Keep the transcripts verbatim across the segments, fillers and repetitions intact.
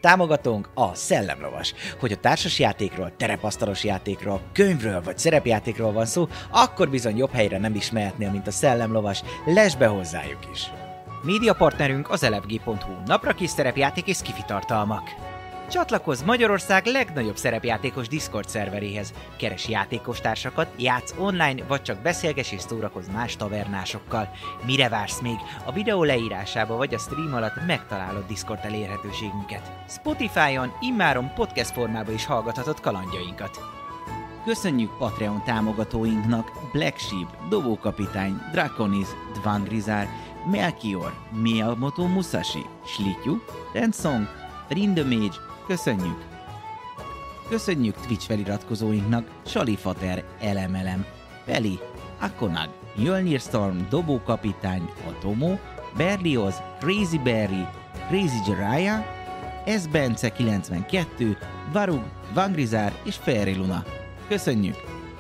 Támogatónk a Szellemlovas. Hogy a társasjátékról, terepasztalos játékról, könyvről vagy szerepjátékról van szó, akkor bizony jobb helyre nem is mehetnél, mint a Szellemlovas. Lesz be hozzájuk is! Médiapartnerünk az elefg pont hu, napra kis szerepjáték és sci-fi tartalmak. Csatlakozz Magyarország legnagyobb szerepjátékos Discord szerveréhez. Keres játékostársakat, játsz online, vagy csak beszélges és szórakozz más tavernásokkal. Mire vársz még? A videó leírásába vagy a stream alatt megtalálod Discord elérhetőségünket. Spotify-on immáron podcast formában is hallgathatod kalandjainkat. Köszönjük Patreon támogatóinknak Black Sheep, Dobókapitány, Draconis, Dvangrizár, Melchior, Miyamoto Musashi, Slityu, Rensong, Rindemage, köszönjük! Köszönjük Twitch feliratkozóinknak Salifater, Elemelem, Peli, Akonag, Mjölnir Storm, Dobókapitány, Atomo, Berlioz, Crazy Berry, Crazy Jiraiya, S. Bence kilencvenkettő, Varug, Vangrizár és Fairy Luna. Köszönjük!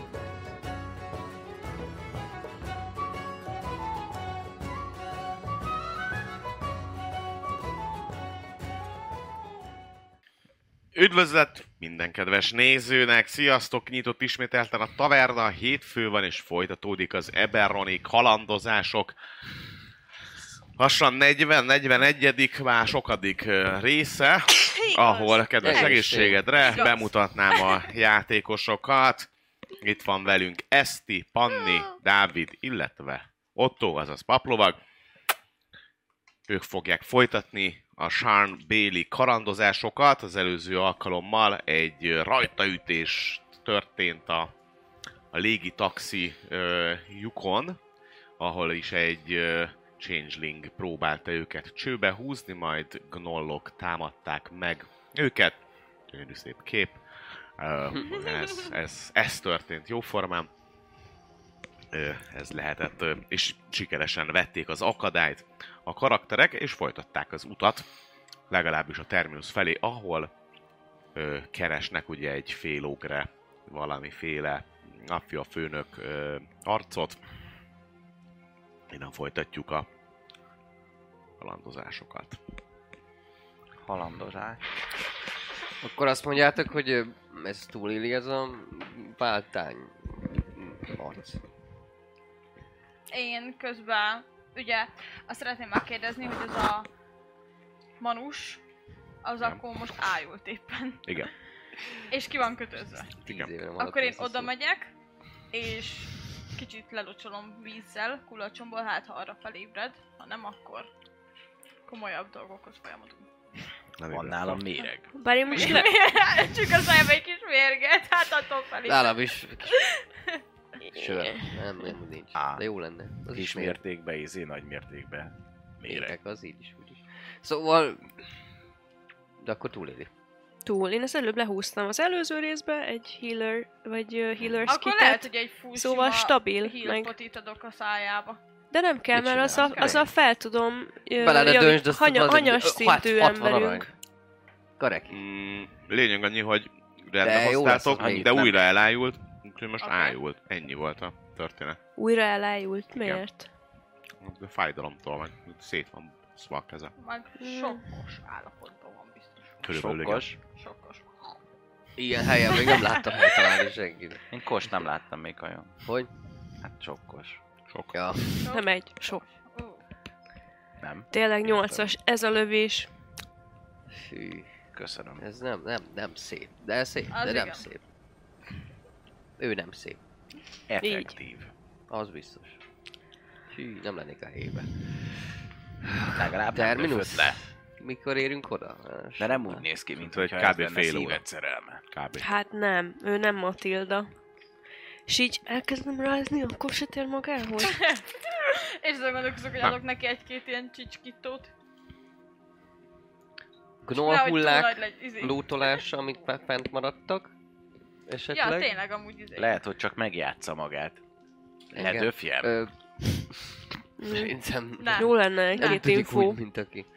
Üdvözlet minden kedves nézőnek! Sziasztok! Nyitott ismételten a taverna, hétfő van és folytatódik az Eberroni kalandozások. Lassan negyven-negyvenegyedik már sokadik része, ahol kedves egészségedre bemutatnám a játékosokat. Itt van velünk Eszti, Panni, Dávid, illetve Otto, azaz Paplovag. Ők fogják folytatni a Sean Bailey karandozásokat. Az előző alkalommal egy rajtaütés történt a, a légitaxi uh, lyukon, ahol is egy uh, changeling próbálta őket csőbe húzni, majd gnollok támadták meg őket. Gyönyörű szép kép. Uh, ez, ez, ez történt jóformán. Uh, ez lehetett, uh, és sikeresen vették az akadályt a karakterek, és folytatták az utat, legalábbis a Terminus felé, ahol ö, keresnek ugye egy félogre, valamiféle napja főnök ö, arcot. Innen folytatjuk a halandozásokat. Halandozás. Akkor azt mondjátok, hogy ez túléli ez a váltány arc. Én közben, ugye, azt szeretném megkérdezni, hogy az a manus, az nem. Akkor most ájult éppen. Igen. És ki van kötözve. Igen. Akkor én oda megyek, és kicsit lelocsolom vízzel kulacsomból, hát ha arra felébred, ha nem, akkor komolyabb dolgokhoz folyamodunk. Nem van nálam méreg. Bár én most le... Csak a szájba egy kis mérget, hát attól felébred. Nálam is. Sör. Nem, nem, nincs. Á, de jó lenne. Az kis mértékben, izé nagy mértékben. Méreg. Az így is, úgy is. Szóval... De akkor túléli. Túl. Én ezt előbb lehúztam az előző részbe, egy healer, vagy uh, healer akkor skitet. Lehet, hogy egy full szóval stabil, heal potit adok a szájába. De nem kell, mert az a, az a fel tudom javi, hanya, hanyas szintű emberünk. Korrekt. Mm, lényeg annyi, hogy rendbe hoztátok, de, de újra elájult, úgyhogy most okay. ájult. Ennyi volt a történet. Újra elájult? Miért? De fájdalomtól, meg szét van szva a keze. Meg sokkos állapotban van biztos. Körülbelül sokkos? Sokkos. Ilyen helyen még nem láttam megtalálni senkit. Én Kos nem láttam még olyan. Hogy? Hát sokkos. Sok. Ja. Nem egy, sok. Uh. Nem. Tényleg nyolcas, ez a lövés. Fű. Köszönöm. Ez nem, nem, nem szép. De szép, az de nem igen. szép. Ő nem szép. Effektív. Így. Az biztos. Hű, nem lennék a helyébe. Legalább Terminus? le. Mikor érünk oda? De nem úgy néz ki, mint hogy hogy kb. ez lenne fél óra. szíved szerelme. Kb. Hát nem, ő nem Matilda. És így elkezdem rázni, akkor se tér magához. És azon gondolkozok, hogy adok neki egy-két ilyen csicskítót. Gnoll hullák, izé. lootolása, amik fent maradtak. Esetleg. Ja, tényleg amúgy izé. Lehet, hogy csak megjátsza magát. Ledöfjem. Ö... Szerintem Nem. Jó lenne egy-két info. úgy, mint aki.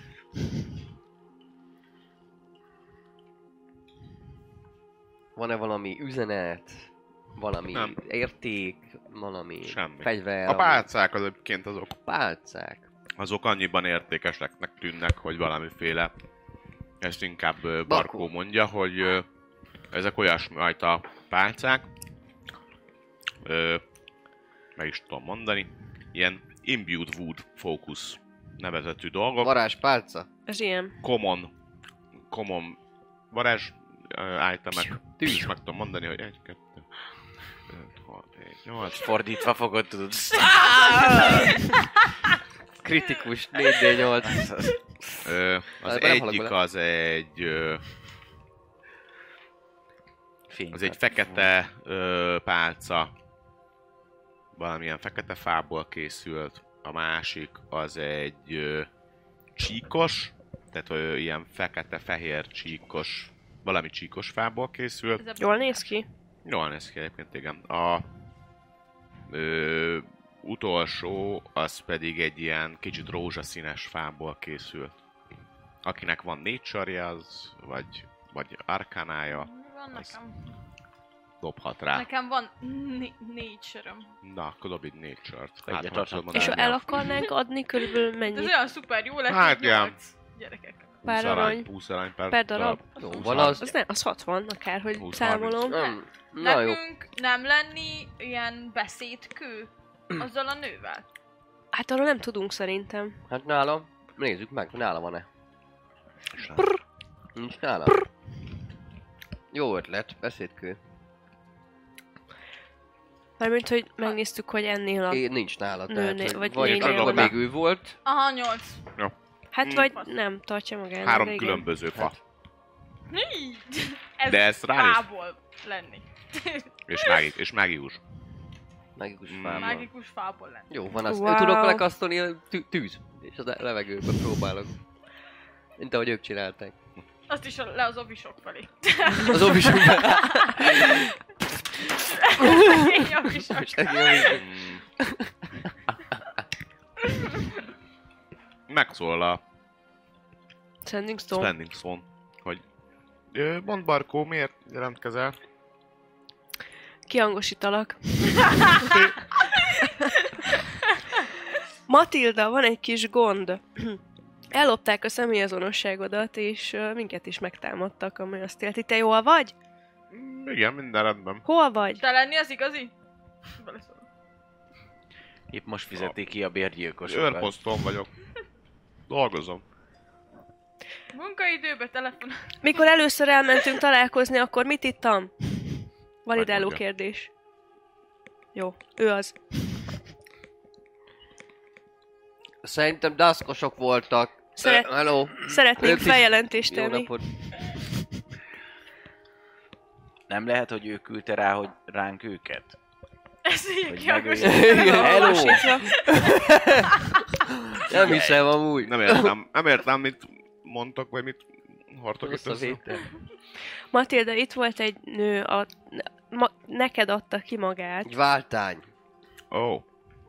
Van-e valami üzenet? Valami nem. Érték? Valami semmi. Fegyver? A pálcák az egyébként azok. Pálcák. Azok annyiban értékeseknek tűnnek, hogy valamiféle ezt inkább ö, Barkó mondja, hogy ö, ezek olyasmajta pálcák, ö, meg is tudom mondani, ilyen Imbued Wood Focus nevezetű dolgok. Varázspálca? Ez ilyen. Common, common varázs uh, itemek. És meg tudom mondani, hogy egy, kettő, öt, hat, hét, nyolc. Fordítva fogod, tudod. Kritikus, négy dé nyolc. Ö, az Ebben nem halak egyik bele. az egy... Ö, Fénykard. az egy fekete ö, pálca. Valamilyen fekete fából készült. A másik az egy ö, csíkos, tehát ö, ilyen fekete-fehér csíkos, valami csíkos fából készült. Ez a... Jól néz ki? Jól néz ki egyébként, igen. A ö, utolsó, az pedig egy ilyen kicsit rózsaszínes fából készült. Akinek van nature-je, az, vagy, vagy arkánája, Van nekem. dobhat rá. Nekem van né- négy söröm. Na, akkor dobj egy nature-t. Egyet Hát, tartsatok. tudod És ha mondani, el akarnánk adni, körülbelül De ez mennyi? olyan szuper jó lett, Hát, hogy igen. nyolc gyerekek. Pár húsz arány, arany. húsz arány per, Per darab? Jó, húsz van arány. az. Az nem, az hatvan, akárhogy húsz számolom. Nem. Na jó. Nekünk nem lenni ilyen beszédkő azzal a nővel? Hát arról nem tudunk szerintem. Hát nálam, nézzük meg, nálam van-e. Nincs nálam. Jó ötlet, beszédkő. Mármint, hogy megnéztük, hogy ennél a... É, nincs nálad, tehát, Nőnél, hogy vagy vagy nénél akkor van. még ő volt. Aha, nyolc. Hát Mm. vagy nem, tartja magának. Három de igen. különböző fa. Ez De ezt ránéz. fából lenni. És, mági, és mágius. Mágikus Mm. fából. Mágikus fából lenni. Jó, van az. Wow. Wow. Tudok lekasztolni a tű- tűz. És a levegőbe próbálok. Mint ahogy ők csinálták. Azt is a- le az ovisok felé. Az ovisokban. Szegény ovisok. Mm. Megszólal a Sending Stone. Spending Stone, hogy ö, mondd Barkó, miért jelentkezel? Kihangosítalak. Matilda, van egy kis gond. Ellopták a személyazonosságodat, és ö, minket is megtámadtak, ami azt jelenti. Te jól vagy? Mm, igen, minden rendben. Hol vagy? Te lenni az igazi? Beleszól. Épp most fizetik ki a bérgyilkosokat. Őrposzton vagyok. Dolgozom. Munkaidőbe telefon. Mikor először elmentünk találkozni, akkor mit ittam? Validáló Megmondja. kérdés. Jó, ő az. Szerintem daszkosok voltak. Szeret- Uh, hello. Szeretnénk Ők is- feljelentést Jó tenni. napot. Nem lehet, hogy ő küldte rá, hogy ránk őket? Ez így Hogy kihangosít. megöljön. Hello. Valósítva. Nem hiszem amúgy. Nem értem, nem értem, mit mondtok, vagy mit hordtok itt Rossz az össze. étel. Matilda, itt volt egy nő, a, ma, neked adta ki magát. Egy váltány. Ó, oh,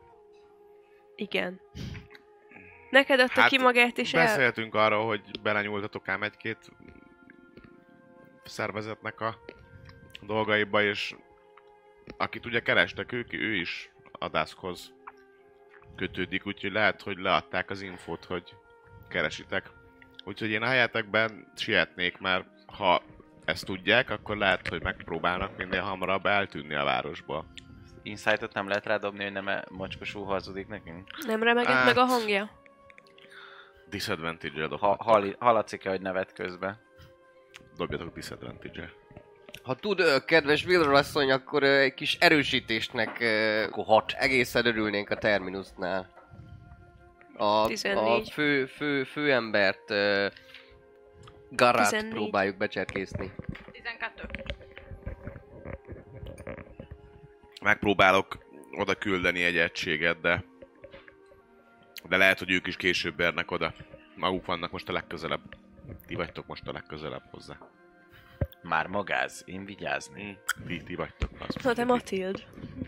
Igen. Neked adta Hát, ki magát, és el... beszéltünk arról, hogy belenyúltatok ám egy-két szervezetnek a dolgaiba, és akit ugye kerestek, ők, ő is a Duskhoz kötődik, úgyhogy lehet, hogy leadták az infót, hogy keresitek. Úgyhogy én a helyetekben sietnék, mert ha ezt tudják, akkor lehet, hogy megpróbálnak minél hamarabb eltűnni a városból. Insightot nem lehet rádobni, hogy nem -e mocskosú hazudik nekünk? Nem remegett Hát- meg a hangja? Disadvantage-re Ha, dobhatok. hall, hallatszik-e, hogy nevet közben? Dobjatok disadvantage-re. Ha tud, ö, kedves Vilról asszony, akkor ö, egy kis erősítésnek ö, Akkor hat. egészen örülnénk a Terminusnál. A, a tizennégy. fő, fő, főembert uh, Garát tizennégy. próbáljuk becserkészni. tizenkettő. Megpróbálok oda küldeni egy egységet, de... De lehet, hogy ők is később érnek oda. Maguk vannak most a legközelebb. Ti vagytok most a legközelebb hozzá. Már magáz, én vigyázni. Mm, ti, ti vagytok. Azt Na te mondja, Matild.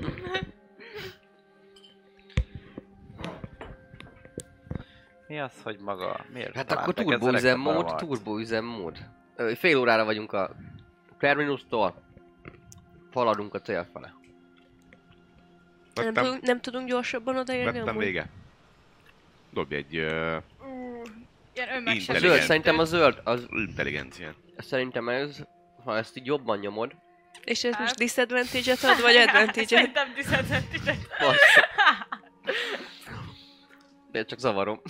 Mi az, hogy maga... Miért Hát akkor találtak turbo ezzel üzemmód, reklamát? turbo üzemmód. Ö, Fél órára vagyunk a Terminustól. Haladunk a cél fele. Nem, Vettem, tudunk, nem tudunk gyorsabban odaérni? vettem amúgy? vége. Dobj egy... Uh, Ú, Ilyen A önmegsebesítő. zöld, szerintem a zöld, az, Intelligencia. szerintem ez, ha ezt így jobban nyomod, És ez Hát. most disadvantage-et ad, vagy advantage-et? Szerintem disadvantage-et. bassza. De csak zavarom.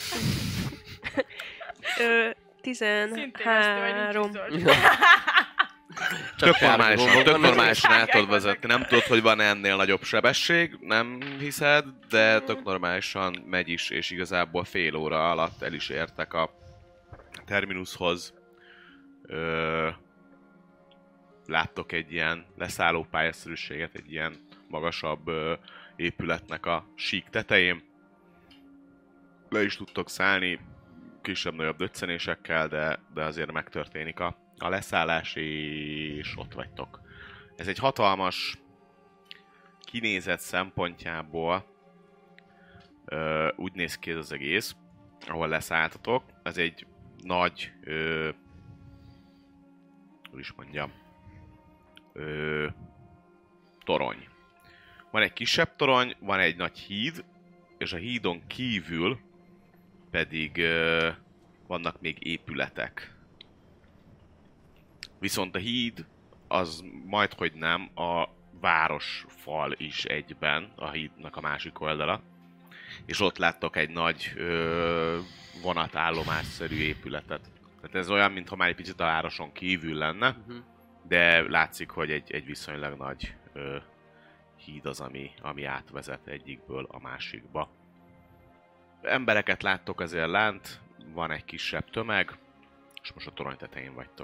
Ö, Szintén ezt vagy tizenhárom. nincs zöld. Tök sárga normálisan, gombok tök vannak. normálisan el tudod Sárgák vezetni. Nem tudod, hogy van ennél nagyobb sebesség, nem hiszed, de tök normálisan megy is, és igazából fél óra alatt el is értek a terminushoz. Ö, láttok egy ilyen leszálló pályaszerűséget, egy ilyen magasabb ö, épületnek a sík tetején. Le is tudtok szállni, kisebb-nagyobb döccenésekkel, de, de azért megtörténik a, a leszállás, és ott vagytok. Ez egy hatalmas kinézet szempontjából ö, úgy néz ki ez az egész, ahol leszálltatok. Ez egy nagy, ö, hogy is mondjam, ö, torony. Van egy kisebb torony, van egy nagy híd, és a hídon kívül pedig ö, vannak még épületek. Viszont a híd az majdhogy nem a városfal is egyben, a hídnak a másik oldala. És ott láttok egy nagy ö, vonatállomásszerű épületet. Tehát ez olyan, mintha már egy picit a városon kívül lenne, Uh-huh. de látszik, hogy egy, egy viszonylag nagy ö, híd az, ami, ami átvezet egyikből a másikba. Embereket láttok azért lent, van egy kisebb tömeg, és most a torony tetején vagytok.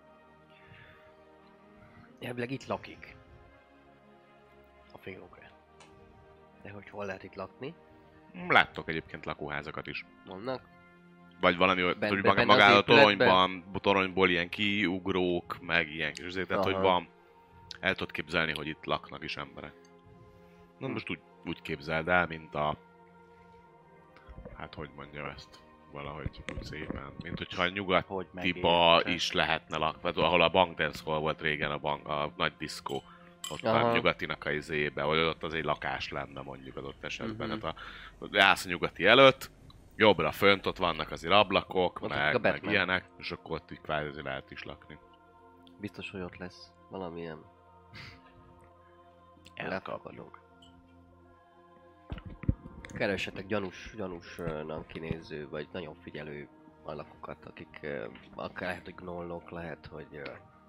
Elvileg itt lakik. A félókrát. De hogy hol lehet itt lakni? Láttok egyébként lakóházakat is. Vannak? Vagy valami olyan, Ben- hogy be- maga, benne az magában a épületben? toronyban, toronyból ilyen kiugrók, meg ilyen kis azért, tehát Aha. hogy van. El tudod képzelni, hogy itt laknak is emberek. Na most úgy, úgy képzeld el, mint a... Hát hogy mondjam ezt? Valahogy úgy szépen. Mint hogyha nyugat Hogy tipa megérte. is lehetne lakni, vagy ahol a Bank Dance Hall volt régen, a, bank, a nagy diszkó. Ott Aha. a nyugatinak a izébe, hogy ott az egy lakás lenne mondjuk adott esetben. Mhm. Uh-huh. Hát a, állsz a nyugati előtt, jobbra fönt ott vannak azért ablakok, Ott meg, a meg Batman. ilyenek, és akkor ott így kvázi lehet is lakni. Biztos, hogy ott lesz valamilyen Elkapjuk. lefakadók. Keressetek gyanús, gyanúsnak kinéző, vagy nagyon figyelő alakokat, akik ö, akár lehet, hogy gnollok, lehet, hogy ö,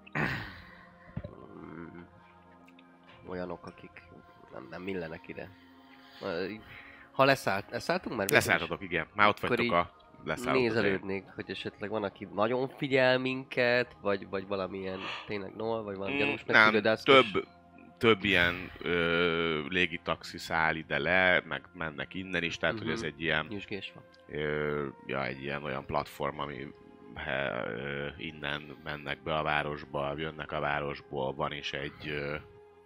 mm, olyanok, akik nem, nem illenek ide. Ö, így- Ha leszállt, leszálltunk már? Leszálltatok, igen. Már ott Akkor vagytok így a leszálló. Nézelődnék, hogy esetleg van, aki nagyon figyel minket, vagy, vagy valamilyen tényleg gnoll, vagy valami Mm, gyanúsnak nem, tűnő, de azt most- több, több ilyen ö, légitaxi száll ide le, meg mennek innen is, tehát hogy ez Mhm. egy ilyen, nyüzsgés van. ö, ja, egy ilyen olyan platform, ami he, ö, innen mennek be a városba, jönnek a városból, van is egy ö,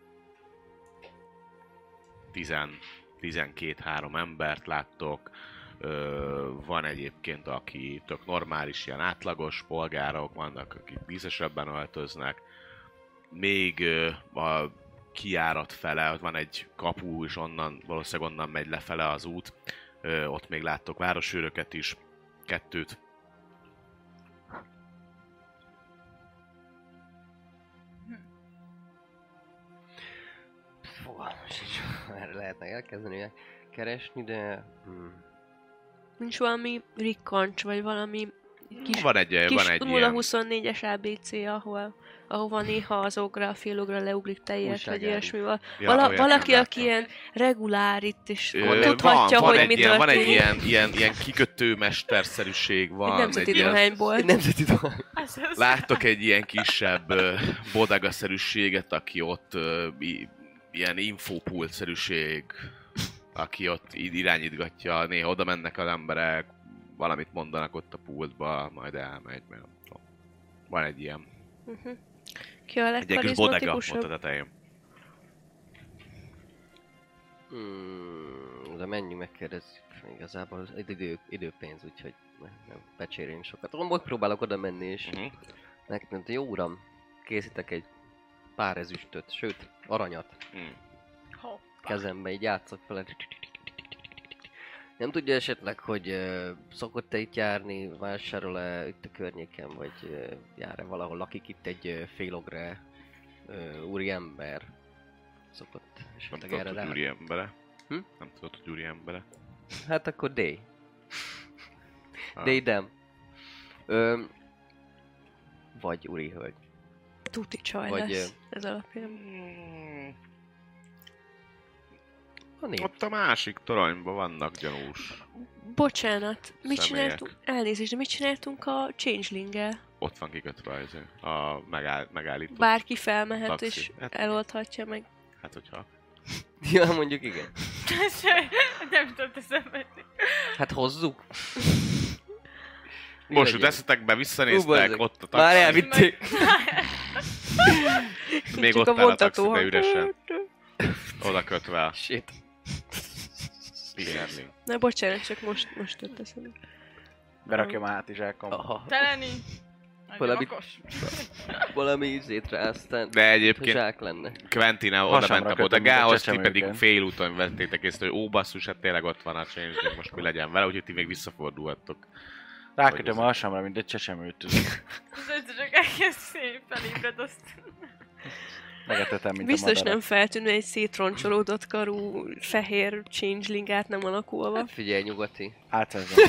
tizen, tizenkét-három embert láttok, ö, van egyébként, aki tök normális, ilyen átlagos polgárok, vannak, akik díszesebben öltöznek, még ö, a kijárat fele, ott van egy kapu, és onnan, valószínűleg onnan megy lefele az út, ö, ott még láttok városőröket is, kettőt. Fogalmam sincs, erre lehetne elkezdeni keresni, de... Hmm. Nincs valami rikkancs, vagy valami kis, Van egy, kis van egy nulla ilyen, huszonnégyes á bé cé, ahol, ahova néha az ogra, a félogra leugrik teljes, vagy Újságáró. ilyesmi van. ja, Vala, olyat valaki, nem aki láttam. ilyen regulár itt, és Ö, tudhatja, van, hogy van mi egy ilyen, van egy történik. ilyen, ilyen, ilyen kikötő mesterszerűség, Egy van nemzeti egy ilyen, dohányból. Egy nemzeti dohány. Az, az. láttok egy ilyen kisebb ö, bodegaszerűséget, aki ott ö, i, ilyen infopult-szerűség, aki ott így irányítgatja, néha oda mennek az emberek, valamit mondanak ott a pultba, majd elmegy, mert nem tudom. Van egy ilyen, Uh-huh. Ki a egy ilyen kis bodega ott legkarizmatikusabb? a tetején. Hmm, de menjünk megkérdezzük. Igazából az idő, időpénz, úgyhogy ne, nem becsérjünk sokat. Most próbálok oda menni, és Uh-huh. nekik mondta, jó uram, készítek egy pár ezüstöt, sőt, aranyat Mm. Hoppá. kezembe, így játszok fel. Nem tudja esetleg, hogy uh, szokott-e itt járni, vásárol-e itt a környéken, vagy uh, jár-e valahol, lakik itt egy uh, félogre uh, úriember? Szokott Nem esetleg tudod, erre hogy rá? úri embere. Hm? Nem tudod, hogy úri embere. Hát akkor D. Ah. D nem. Ö, vagy úri hölgy. Tuti csaj Vagy, lesz ez alapján. Hmm, A név. Ott a másik toronyban vannak gyanús. Bocsánat, mit Személyek. csináltunk? Elnézést, de mit csináltunk a changeling-gel? Ott van kikötve az, a megáll, megállított. Bárki felmehet Taxi. és Hát- eloldhatja meg. Hát hogyha... Ja, mondjuk igen. Nem tudod eszembe. Hát hozzuk. Mi Most legyen? jut eszetek be, Ú, visszanéztek, bazzeg. ott a taxi. Már elvitték. Még Csak ott áll a taxi, vontató de hang. üresen. Oda kötve. Shit. Igen. Na bocsánat, csak most, most jött eszembe. Berakjam a hátizsákom. Aha. Teleni. Nagyon Valamit- okos. Valami ízét rá, aztán De egyébként zsák lenne. Quentin-nel oda Hasamra mentem kötöm, oda mint a Gához, ti csecsemőket. pedig félúton vettétek észre, hogy ó basszus, hát tényleg ott van a change, most mi legyen vele, úgyhogy ti még visszafordulhattok. Rákötöm a hasamra, mint egy csecsemőt. Az ötösök egész szép felébred azt. Megetetem, mint Biztos a madarat. nem feltűnő egy szétroncsolódott karú fehér changeling át nem alakulva. Hát figyelj, nyugati. Átszerzem.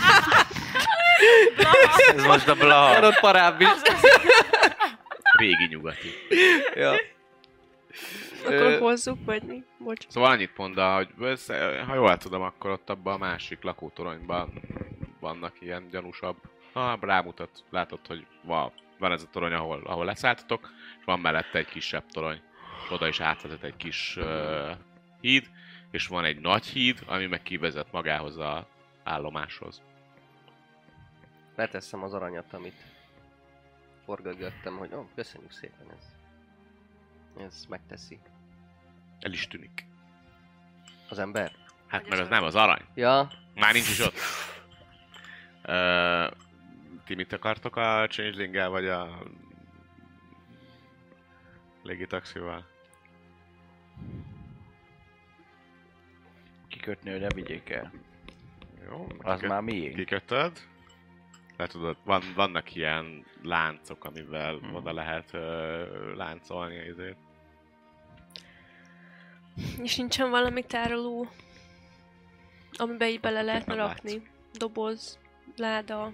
Ez most a blaha. Van ott parább is. Régi nyugati. Ja. Akkor Ö, hozzuk, vagy mi? Bocs. Szóval annyit mondd, hogy össze, ha jól tudom, akkor ott abban a másik lakótoronyban vannak ilyen gyanúsabb. Ha rámutat, látod, hogy van, van ez a torony, ahol, ahol leszálltatok, és van mellette egy kisebb torony. Oda is átvezet egy kis uh, híd, és van egy nagy híd, ami meg kivezet magához az állomáshoz. Leteszem az aranyat, amit forgatgattam, hogy ó, köszönjük szépen ez. Ez megteszi. El is tűnik. Az ember? Hát meg az nem az arany. Ja, Már nincs is ott. Uh, ti mit akartok a changeling-gel, vagy a légitaxival? Kikötni, hogy ne vigyék el. Jó, Az kiköt- már miénk. Kikötöd. Le tudod, van, vannak ilyen láncok, amivel Hmm. oda lehet uh, láncolni ezért. És nincsen valami tároló, amiben így bele lehetne nem rakni. Doboz, láda.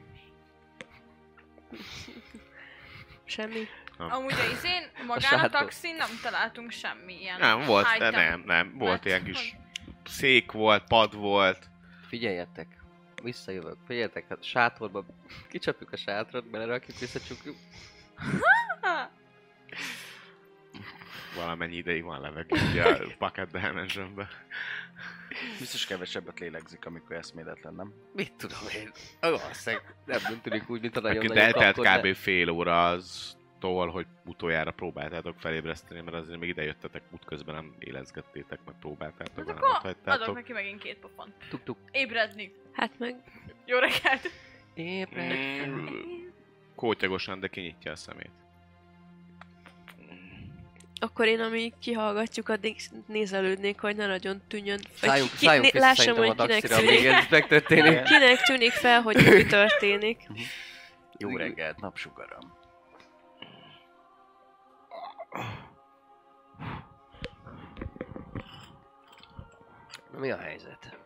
Semmi. Amúgy a izén, magán a sátor. taxin nem találtunk semmi ilyen Nem, volt, de item. nem, nem. Volt Mert ilyen kis szék volt, pad volt. figyeljetek. Visszajövök. Figyeljetek, hát sátorba kicsapjuk a sátrat, belerakjuk, visszacsukjuk. Valamennyi ideig van levegő ugye a Pocket Dimensionbe. Biztos kevesebbet lélegzik, amikor eszméletlen, nem? Mit tudom én? Valószínűleg nem, nem tűnik úgy, mint a nagyon De nagyon eltelt kapkod, de- kb. Fél óra aztól, hogy utoljára próbáltátok felébreszteni, mert azért még idejöttetek, útközben nem élezgettétek, meg próbáltátok, Hát hanem ott akkor adok hagytátok. neki megint két pofont. Tuk-tuk. Ébredni. Hát meg Jó reggelt. Ébredj. Mm, Kótyagosan, de kinyitja a szemét. akkor én, amíg kihallgatjuk, addig nézelődnék, hogy ne nagyon tűnjön. Vagy Szálljunk, ki- szálljunk né- vissza lássam, szerintem hogy a kinek taxira, még tűnik, ez megtörténik. kinek tűnik fel, hogy mi történik. Jó reggelt, napsugaram. Mi a helyzet?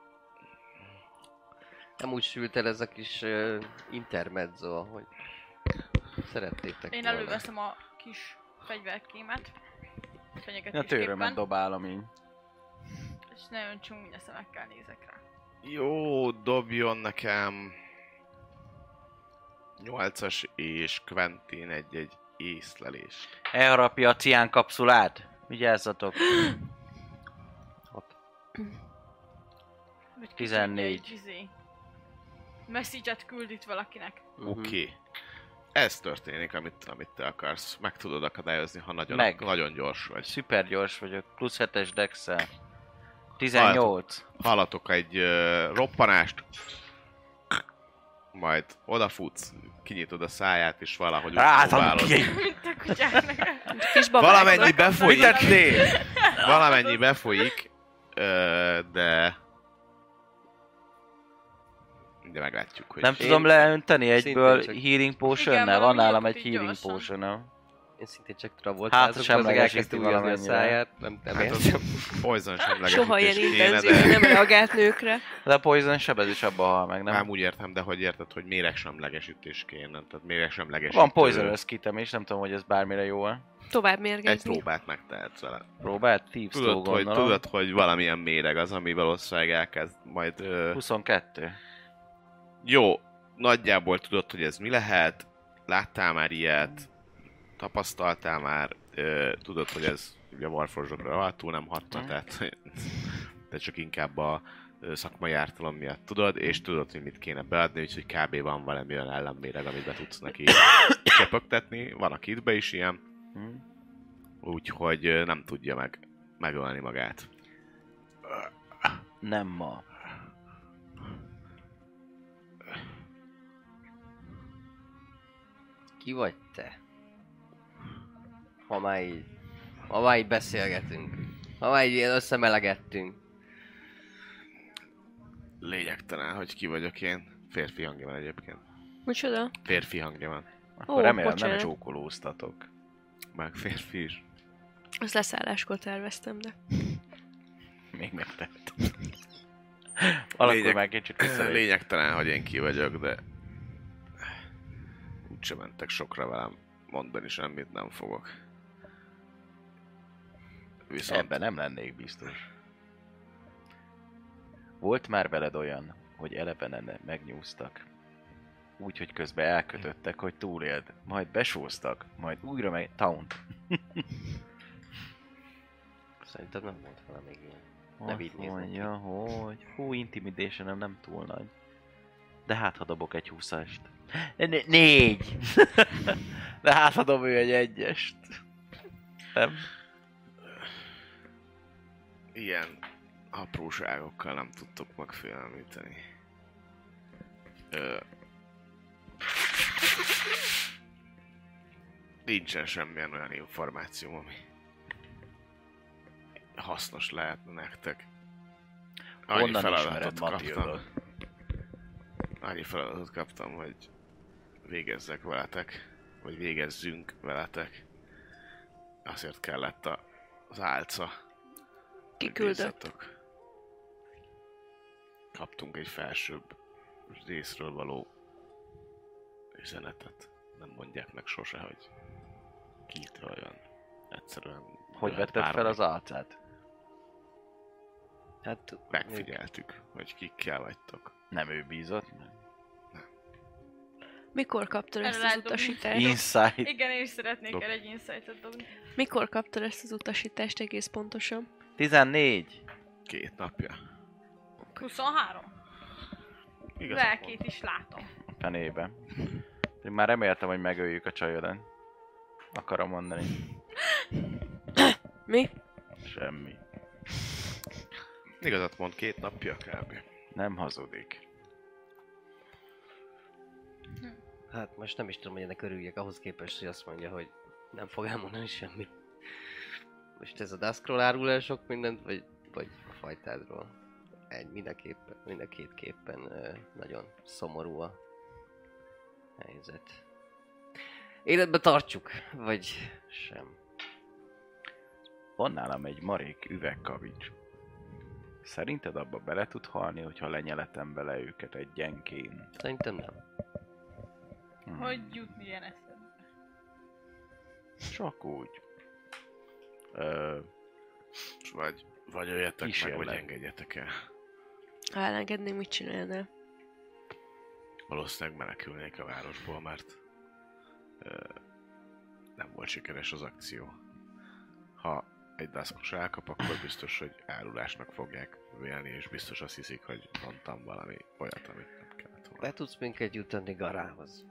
Nem úgy sült el ez a kis uh, intermezzo, hogy szerettétek Én volna. előveszem a kis fegyverkémet. Én a Fenyegetésképpen. tőrömet dobálom így. És nagyon csúnya szemekkel nézek rá. Jó, dobjon nekem nyolcas és Quentin egy-egy észlelés. Elharapja a cián kapszulát. Vigyázzatok. Vagy ki tizennégy. tudja, egy izé, message-et küld itt valakinek. Mhm. Oké. Okay. Ez történik, amit, amit te akarsz. Meg tudod akadályozni, ha nagyon, Meg. nagyon gyors vagy. Szuper gyors vagyok, plusz hetes dexel. tizennyolc. Hallatok egy uh, roppanást, majd odafutsz, kinyitod a száját, és valahogy úgy Rátom próbálod. ki! Mint a kutyáknak. Kis Valamennyi babáknak. befolyik, Mit tettél? valamennyi befolyik, ö, de De meglátjuk, hogy... Nem Én tudom leönteni egyből szintén csak- healing Igen, potionnel? Van valami nálam ilyet egy így healing gyorsan. potion. Én szintén csak Travoltázok, Hát, hát, semlegesíti elkezdte újjazni a valamennyire. száját, nem, nem Hát értem. az poison semlegesítés Soha ilyen kéne, intenzíven de... nem reagált nőkre. De a poison sebez is abba hal meg, nem? Nem úgy értem, de hogy érted, hogy méregsemlegesítés kéne. Tehát méregsemlegesítő... Van poisonous kitem is, nem tudom, hogy ez bármire jó-e. Tovább Egy mérgezni. próbát megtehetsz vele. Próbált? Thieves Tudod, Tool, hogy, gondolom. tudod, hogy valamilyen méreg az, ami valószínűleg elkezd majd... Ö... huszonkettő. Jó, nagyjából tudod, hogy ez mi lehet, láttál már ilyet, tapasztaltál már, ö, tudod, hogy ez ugye a Warforged-okra rohadtul nem hatna, Mhm. tehát de csak inkább a ö, szakmai ártalom miatt tudod, és tudod, hogy mit kéne beadni, úgyhogy kb. Van valami olyan ellenméreg, amit be tudsz neki csepögtetni, van a kitbe is ilyen, Hm. úgyhogy ö, nem tudja meg megölni magát. Nem ma. Ki vagy te? Ha már így, ha már így beszélgetünk. Ha már így ilyen összemelegettünk. Lényegtelen, hogy ki vagyok én. Férfi hangja van egyébként. Micsoda? Férfi hangja van. Akkor Ó, remélem nem bocsánat. csókolóztatok. Meg férfi is. Azt leszálláskor terveztem, de... Még megtett. Alakul Lényeg- már kicsit vissza. Lényegtelen, hogy én ki vagyok, de úgyse mentek sokra velem. Mondani semmit nem fogok. Viszont Ebben nem lennék biztos. Volt már veled olyan, hogy elevenen megnyúztak, úgy, hogy közben elkötöttek, hogy túléld, majd besóztak, majd újra meg... Taunt. Szerintem nem volt vele még ilyen. Ne Azt így néznek mondja, hogy... Hú, intimidation nem túl nagy. De hát, ha dobok egy húszast. Né- négy! De hát, ha dob ő egy egyest. Nem? ilyen apróságokkal nem tudtok megfélemlíteni. Ö... Nincsen semmilyen olyan információ, ami hasznos lehetne nektek. Annyi Honnan feladatot ismered kaptam. Matildot? Annyi feladatot kaptam, hogy végezzek veletek, vagy végezzünk veletek. Azért kellett a, az álca. Ki hogy küldött? bízzatok. Kaptunk egy felsőbb részről való üzenetet. Nem mondják meg sose, hogy kitől jön. Egyszerűen Hogy lehet vetted fel bármi. az arcát? Hát Megfigyeltük, hogy kikkel vagytok. Nem ő bízott meg? Mikor kaptad ezt Erre az rádobni. utasítást? Insight. Igen, én is szeretnék Dob. el egy insight-ot dobni. Mikor kaptad ezt az utasítást egész pontosan? tizennégy. Két napja. huszonhárom. Igazad Lelkét is látom. Fenébe. Én már reméltem, hogy megöljük a csajodat. Akarom mondani. Mi? Semmi. Igazat mond, két napja kb. Nem hazudik. Hát most nem is tudom, hogy ennek örüljek ahhoz képest, hogy azt mondja, hogy nem fog elmondani semmit. Most ez a Duskról árul el sok mindent, vagy, vagy a fajtádról? Egy, mind a, képen, mind a két képen ö, nagyon szomorú a helyzet. Életbe tartsuk, vagy sem. Van nálam egy marék üvegkavics. Szerinted abba bele tud halni, hogyha lenyeletem bele őket egyenként? Szerintem nem. Hmm. Hogy jutni ilyen eszedbe? Csak úgy. Ö, És vagy, vagy öljetek meg, Kísérlet. vagy engedjetek el. Ha elengedném, mit csinálnál? Valószínűleg menekülnék a városból, mert ö, nem volt sikeres az akció. Ha egy daszkos elkap, akkor biztos, hogy árulásnak fogják vélni, és biztos azt hiszik, hogy mondtam valami olyat, amit nem kellett volna. Be tudsz minket jutani Garához?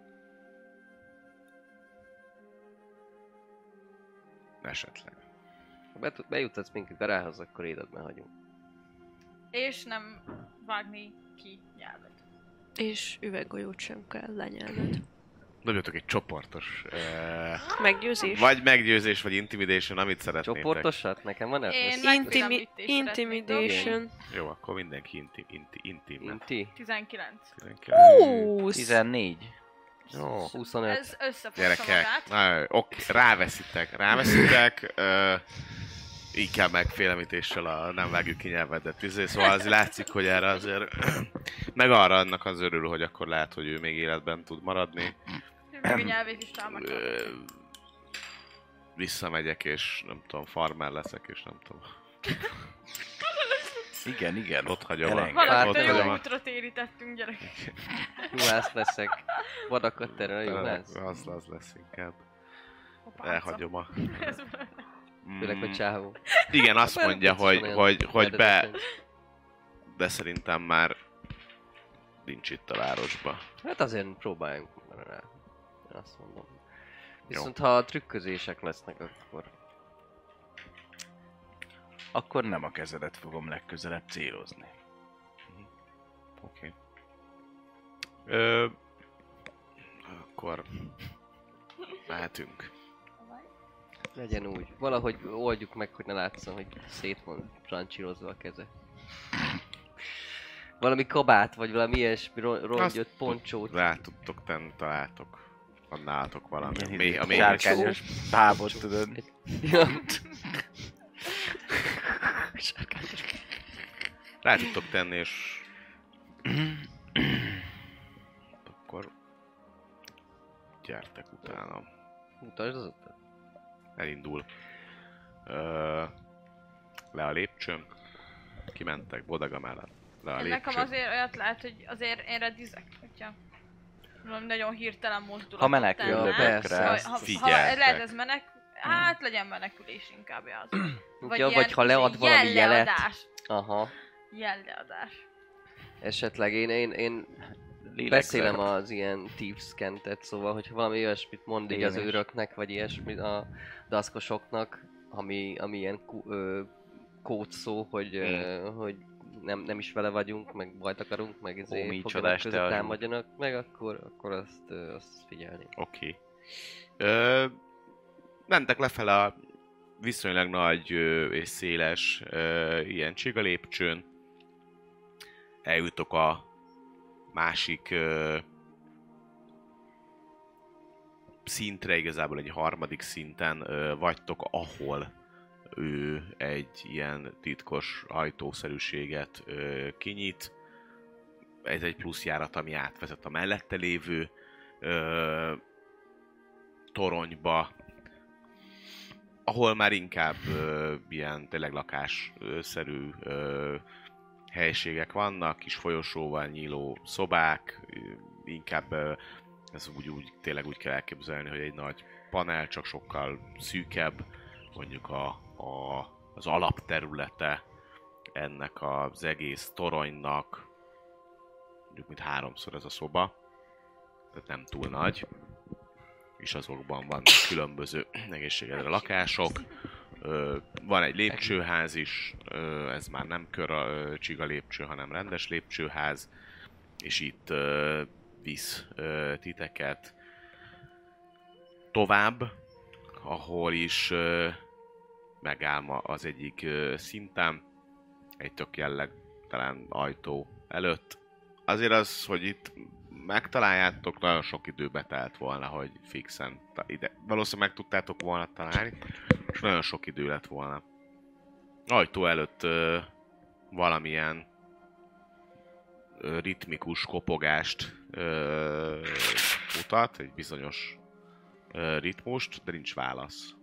Esetleg. Ha be, tud- bejutatsz minket Garához, akkor életben hagyunk. És nem vágni ki nyelvet. És üveggolyót sem kell lenyelned. Dobjatok egy csoportos... Uh, Meggyőzés? vagy meggyőzés, vagy intimidation, amit szeretnétek. Csoportosat? Nekem van Én ez? Intimi- megfélemlítést intimidation. Jó, akkor mindenki inti, inti, intim. Inti? tizenkilenc. húsz! tizennégy. Jó. huszonöt. Ez összefossa Gyerekek, magát. na, oké, ráveszitek, ráveszitek, uh, így kell megfélemítéssel a nem vágjuk ki nyelvedet, izé, szóval az látszik, hogy erre azért, meg arra annak az örül, hogy akkor lehet, hogy ő még életben tud maradni. Még a nyelvét is támadja. Ö, visszamegyek, és nem tudom, farmer leszek, és nem tudom, Igen, igen. ott hagyom a... Eleng- Valakit ott a hagyom jó a- útra térítettünk, gyerekek. Juhász leszek. Vadakat terel, juhász. Az, az lesz inkább. Apáca. Elhagyom a... Ez Főleg, hogy Mm, csávó. igen, azt mondja, Biztos van hogy, olyan hogy, hogy be... eredetben. De szerintem már nincs itt a városba. Hát azért próbáljunk rá. Én azt mondom. Viszont ha a trükközések lesznek, akkor... Akkor nem a kezedet fogom legközelebb célozni. Oké. Ö, akkor mehetünk. Legyen úgy. Valahogy oldjuk meg, hogy ne látszon, hogy szét van trancsírozva a keze. Valami kabát, vagy valami ilyesmi ro- rongyot, poncsót. Rá tudtok tenni, találtok. Van nálatok valami. Ilyen Mély, a mély sárkányos bábot, tudod. Ja. Rá tudtok tenni, és... akkor... Gyertek utána. Mutasd az utat. Elindul. Ö, le a lépcsőn. Kimentek Bodaga mellett. Le a Én lépcsőn. nekem azért olyat lehet, hogy azért én redizek, hogyha valami nagyon hirtelen mozdulatot Ha menekülök tenne. persze, Ha- azt ha, ha, figyeltek. lehet ez menek... Hát legyen menekülés inkább az. Ja, vagy ha lead valami jelet. jelleadás. Aha. Jelleadás. Esetleg én, én, én Lélegzett. beszélem az ilyen thieves-kentet, szóval hogyha valami olyasmit mond így Én az is. őröknek, vagy ilyesmit a daszkosoknak, ami, ami ilyen ku, ö, kódszó, hogy, ö, hogy nem, nem is vele vagyunk, meg bajt akarunk, meg Ó, ezért mi fogjanak csodás között te vagy. támadjanak, meg akkor, akkor azt, ö, azt figyelni. Oké. Ö, mentek lefele a viszonylag nagy ö, és széles ö, ilyen csiga lépcsőn. Eljutok a másik ö, szintre, igazából egy harmadik szinten ö, vagytok, ahol ő egy ilyen titkos ajtószerűséget ö, kinyit. Ez egy plusz járat, ami átvezet a mellette lévő ö, toronyba, ahol már inkább ö, ilyen tényleg lakásszerű ö, helységek vannak, kis folyosóval nyíló szobák, ö, inkább ö, ez úgy, úgy, tényleg úgy kell elképzelni, hogy egy nagy panel, csak sokkal szűkebb, mondjuk a, a, az alapterülete ennek az egész toronynak, mondjuk mint háromszor ez a szoba, tehát nem túl nagy, és azokban vannak különböző egészségedre lakások. Ö, van egy lépcsőház is, ö, ez már nem kör a ö, csiga lépcső, hanem rendes lépcsőház, és itt ö, visz ö, titeket tovább, ahol is ö, megáll ma az egyik ö, szinten, egy tök jellegtelen ajtó előtt. Azért az, hogy itt megtaláljátok, nagyon sok időbe telt volna, hogy fixen ta- ide. Valószínűleg meg tudtátok volna találni, és nagyon sok idő lett volna. Ajtó előtt ö, valamilyen ö, ritmikus kopogást ö, mutat, egy bizonyos ö, ritmust, de nincs válasz.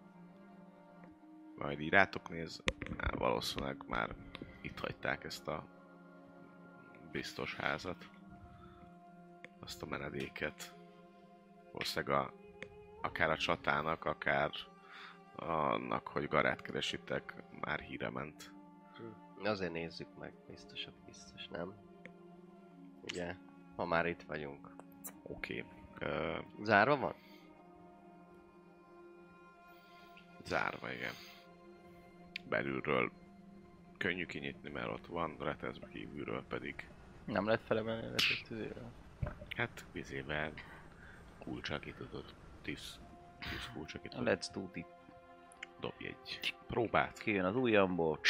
Majd így rátok néz, á, valószínűleg már itt hagyták ezt a biztos házat. Azt a menedéket. Valószínűleg a, akár a csatának, akár annak, hogy Garát keresitek, már híre ment. Azért nézzük meg, biztosabb biztos, nem? Ugye, ha már itt vagyunk. Oké. Okay. Zárva van? Zárva, igen. Belülről könnyű kinyitni, mert ott van, retezve, kívülről pedig Nem lehet felemelni a tüzéről. hát vizével kulcsa, ki tudod. tíz. tíz kulcsa, ki tudod. Let's do it. Dobj egy próbát. Kijön az ujjamból.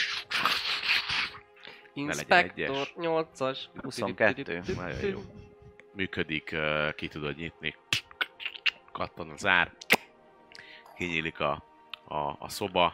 Inspektor egyes. nyolcas. huszonkettő. Nagyon jó. Működik, uh, ki tudod nyitni. Kattan az ár. Kinyílik a, a, a szoba.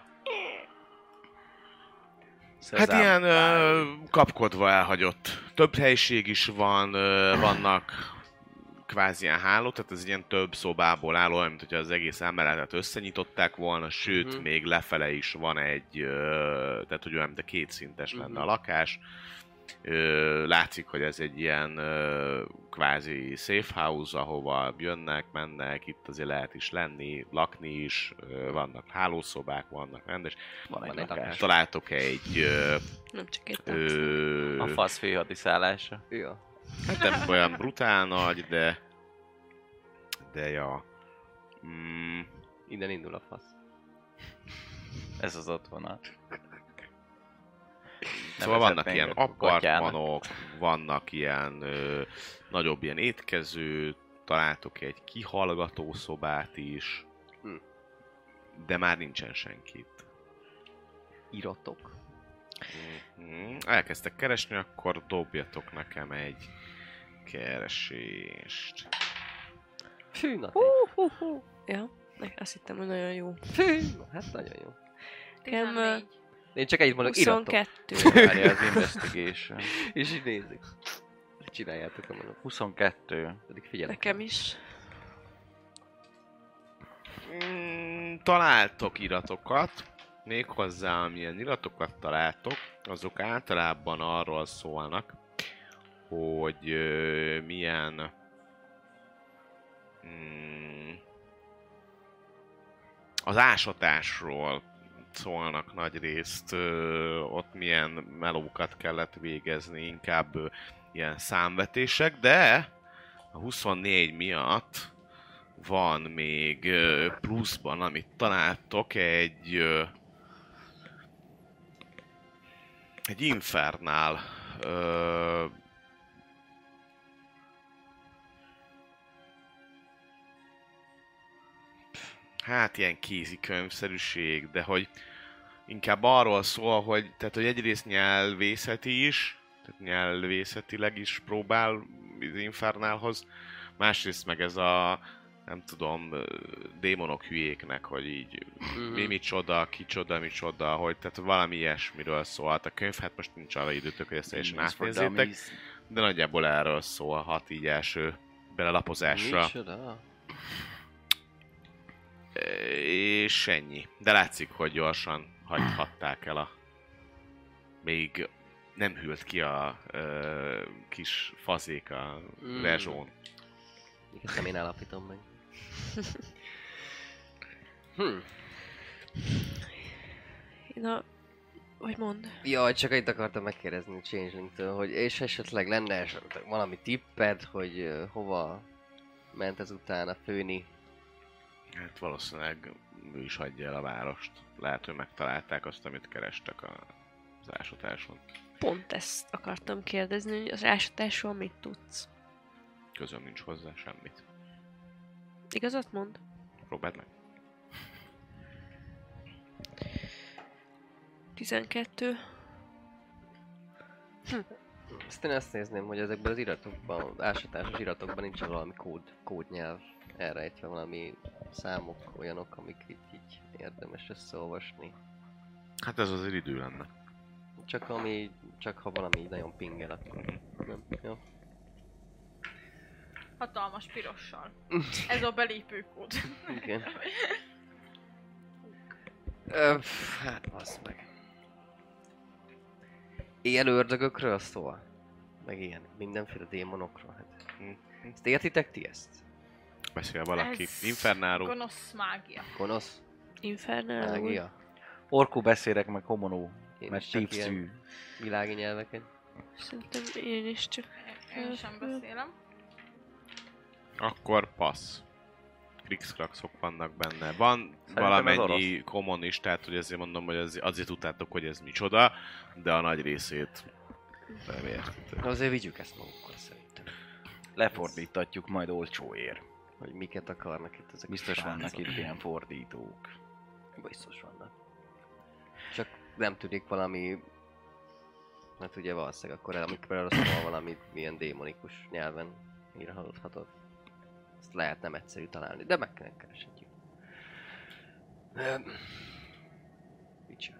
Hát ilyen ö, kapkodva elhagyott. Több helység is van, ö, vannak kvázi ilyen hálók, tehát ez ilyen több szobából álló, olyan, mint hogyha az egész emeletet összenyitották volna, sőt, Mhm. még lefele is van egy, ö, tehát hogy olyan, mint a kétszintes lenne Mhm. a lakás. Ö, látszik, hogy ez egy ilyen ö, kvázi safe house, ahova jönnek, mennek, itt azért lehet is lenni, lakni is, ö, vannak hálószobák, vannak rendes. Van egy Van egy lakás. Találtok egy ö, Nem csak egy Ö, A fasz főhadiszállása. Ja. hát nem olyan brutál nagy, de... De ja... Mm, Innen indul a fasz. Ez az otthona. szóval vannak ilyen Nevezhetnénk apartmanok, vannak ilyen ö, nagyobb ilyen étkező, találtok egy kihallgató szobát is, Hm. de már nincsen senki itt. Iratok. Mhm. Elkezdtek keresni, akkor dobjatok nekem egy keresést. Fű, na Hú, hú, hú. Ja, ne- azt hittem, hogy nagyon jó. Fű, na, hát nagyon jó. tizennégy. Én csak egyet mondok, iratok. huszonkettő. Várja az investigation. És így nézik. Csináljátok a mondok. huszonkettő. Pedig figyelek. Nekem is. Mm, találtok iratokat, méghozzá amilyen iratokat találtok, azok általában arról szólnak, hogy ö, milyen mm, az ásatásról szólnak nagy részt, ö, ott milyen melókat kellett végezni, inkább ö, ilyen számvetések, de a huszonnégy miatt van még ö, pluszban, amit találtok, egy ö, egy infernál ö, hát ilyen kézikönyvszerűség, de hogy inkább arról szól, hogy, tehát, hogy egyrészt nyelvészeti is, tehát nyelvészetileg is próbál az Infernálhoz, másrészt meg ez a, nem tudom, ö, démonok hülyéknek, hogy így Mhm. mi micsoda, kicsoda, micsoda, hogy tehát valami ilyesmiről szólt a könyv, hát most nincs arra időtök, hogy ezt teljesen Demons for átnézzétek, Dummies. de nagyjából erről szólhat így első belelapozásra. Micsoda? És ennyi. De látszik, hogy gyorsan hagyhatták el a... Még nem hűlt ki a ö, kis fazék a Mm. rezsón. Ezt nem én állapítom meg. hm. Na, hogy mond? Jaj, csak itt akartam megkérdezni Changeling-től, hogy és esetleg lenne esetleg valami tipped, hogy uh, hova ment ezután a főni? Hát valószínűleg ő is hagyja el a várost. Lehet, hogy megtalálták azt, amit kerestek a, az ásatáson. Pont ezt akartam kérdezni, hogy az ásatásról mit tudsz? Közöm nincs hozzá semmit. Igazat mond? Próbáld meg. tizenkettő. Ezt én azt nézném, hogy ezekben az iratokban, az ásatásos iratokban nincs valami kód, kódnyelv elrejtve, valami számok olyanok, amik így, így érdemes összeolvasni. Hát ez azért idő lenne. Csak ami, csak ha valami így nagyon pingel, akkor nem. Jó. Hatalmas pirossal. Ez a belépőkód. Igen. Ö, pff, hát bassz meg. Ilyen ördögökről szól? Meg ilyen mindenféle démonokról. Hát. Hm. Ezt értitek ti ezt? Beszél valaki. Ez Infernáról. Gonosz mágia. Gonosz? Infernál. úgy. Mágia? Orkú beszélek, meg homonó. Én Meg is csak ilyen tívszű. világi nyelveken. Szerintem én is csak... Én sem beszélem. Akkor passz. Krikszkrakszok vannak benne. Van Szerintem valamennyi ez common is, tehát hogy ezért mondom, hogy az, azért tudtátok, hogy ez micsoda, de a nagy részét nem értitek. Na azért vigyük ezt magunkkal szerintem. Lefordítatjuk majd olcsóért. hogy miket akarnak itt ezek Biztos a vannak srácok. itt ilyen fordítók. Biztos vannak. Csak nem tudik valami... Hát ugye valószínűleg akkor el, amikor arra szól valami milyen démonikus nyelven írhatod. Ezt lehet nem egyszerű találni, de meg kell kereshetjük. Micsoda.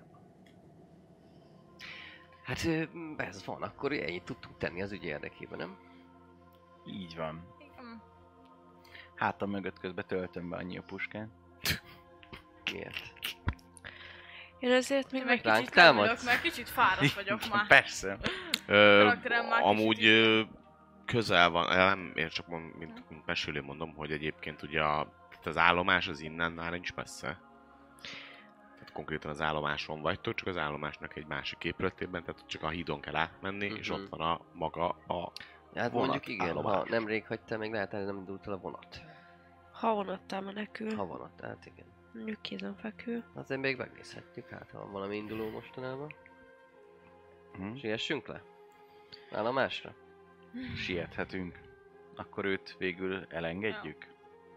Hát ö, ez van, akkor ennyit tudtunk tenni az ügy érdekében, nem? Így van. Igen. Hátam mögött közben töltöm be annyi a puskán. Miért? Én azért még Én meg meg... Ránk kicsit támadsz? leülök, mert kicsit fáradt vagyok már. Persze. Ö, Karakterem már amúgy kicsit ö, közel van, eh, nem, én csak mond, mint, mint mesélő mondom, hogy egyébként ugye a, tehát az állomás az innen már nincs messze. Tehát konkrétan az állomáson vagytok, csak az állomásnak egy másik épületében, tehát csak a hídon kell átmenni, uh-huh. és Mhm. ott van a maga a Hát vonat mondjuk igen, állomás. ha nemrég hagytál, még lehet, hogy nem indult el a vonat. Ha vonattal menekül, Ha vonat, hát igen. mondjuk kézenfekvő. Azért még megnézhetjük, hát ha van valami induló mostanában. Hm? Siessünk le? Állomásra? Siethetünk. Akkor őt végül elengedjük?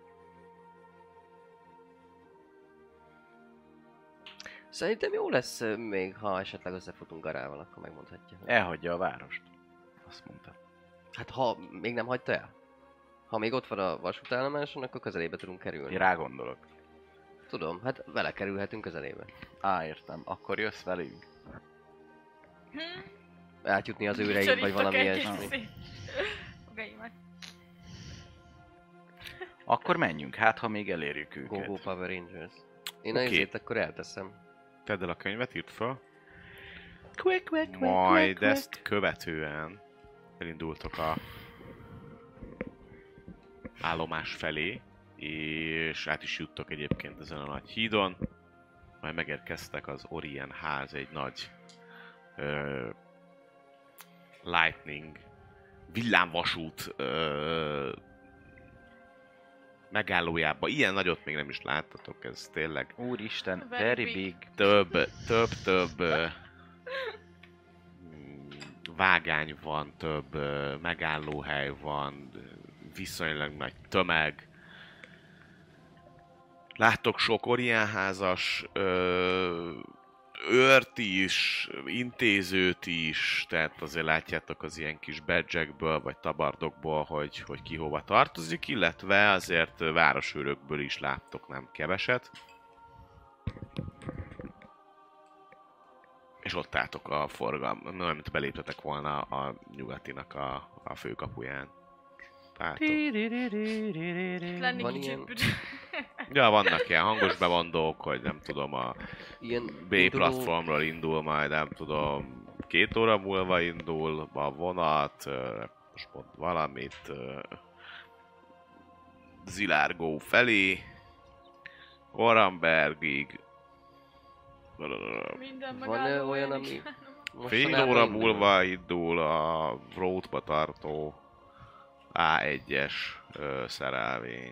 Szerintem jó lesz ö, még, ha esetleg összefutunk Garával, akkor megmondhatja. hogy- Elhagyja a várost. Azt mondta. Hát ha még nem hagyta el? Ha még ott van a vasútállomáson, akkor közelébe tudunk kerülni. Én rá gondolok. Tudom, hát vele kerülhetünk közelébe. Á, értem. Akkor jössz velünk. Hm? Átjutni az őreig, vagy Csorítok valami egy ilyesmi. kis szép fogaimat. Akkor menjünk, hát ha még elérjük Go őket. Go Power Rangers. Én Oké. okay. azért akkor elteszem. Tedd el a könyvet, írt fel. Quick, quick, quick, Majd quick, quick. ezt követően elindultok a állomás felé, és át is juttok egyébként ezen a nagy hídon. Majd megérkeztek az Orien ház egy nagy ö, lightning villámvasút ö, megállójába. Ilyen nagyot még nem is láttatok, ez tényleg Úristen, Very very big. big. több, több, több ö, mm, vágány van, több ö, megállóhely van, ö, viszonylag nagy tömeg. Láttok sok Oriánházas ö, őrt is, intézőt is, tehát azért látjátok az ilyen kis badge-ekből, vagy tabardokból, hogy, hogy ki hova tartozik, illetve azért ö, városőrökből is láttok nem keveset. És ott álltok a forgalom, nem, mint beléptetek volna a nyugatinak a, a főkapuján. Álltok. Lenni Van kicsit ilyen- büdös. Ja, vannak ilyen hangos bevandók, hogy nem tudom, a Ilyen B induló- platformról indul majd, nem tudom, két óra múlva indul a vonat, ö, most mond valamit, ö, Zilárgó felé, Orambergig, Minden Van megálló ö, olyan, helyen is. ami... fél mostanában óra indul? múlva indul a roadba tartó á egyes ö, szerelvény.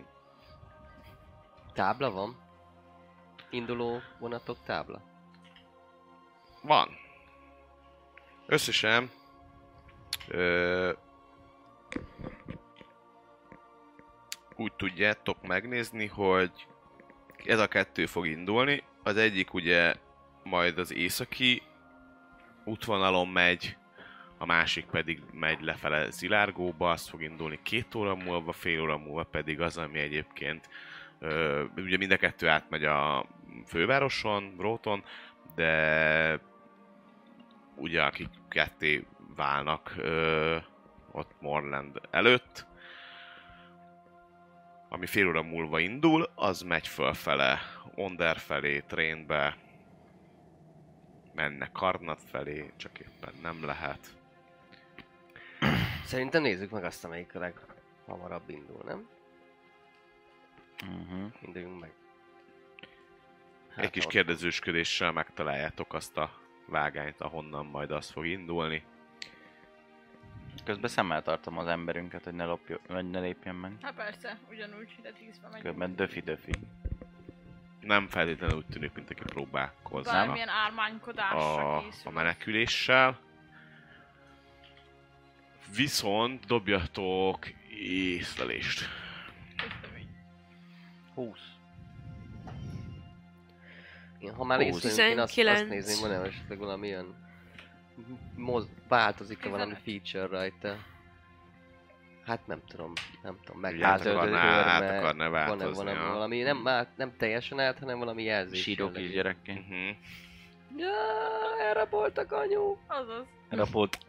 Tábla van? Induló vonatok tábla? Van. Összesen ö, úgy tudjátok megnézni, hogy ez a kettő fog indulni. Az egyik ugye majd az északi útvonalon megy, a másik pedig megy lefele Zilárgóba, az fog indulni két óra múlva, fél óra múlva pedig az, ami egyébként ö, ugye mind a kettő átmegy a fővároson, Bróton, de ugye akik ketté válnak ö, ott Morland előtt, ami fél óra múlva indul, az megy fölfele, Onder felé, Trénbe, menne Karnat felé, csak éppen nem lehet. Szerintem nézzük meg azt, amelyik a leghamarabb indul, nem? Uh-huh. Induljunk meg. Hát, Egy kis ha ott- kérdezősködéssel megtaláljátok azt a vágányt, ahonnan majd az fog indulni. Közben szemmel tartom az emberünket, hogy ne, lopjon, vagy ne lépjen meg. Hát persze, ugyanúgy, de tízbe megyünk. Közben döfi-döfi. Nem feltétlenül úgy tűnik, mint aki próbálkozna Bármilyen ármánykodásra a, készül. a meneküléssel. Viszont dobjatok észlelést. Köszönöm. húsz. Én, ha már Húsz. észlelünk, én azt, azt tizenkilenc. nézném, van-e esetleg valami olyan... Moz, változik-e valami feature rajta? Hát nem tudom, nem tudom, meg át töltődő akarná- át körbe, akarná van-e változni, valami, ja. valami nem, már nem teljesen át, hanem valami jelzés. Síró jellegű. kisgyerekként. Uh-huh. Ja, elraboltak anyu! Azaz. Rapott.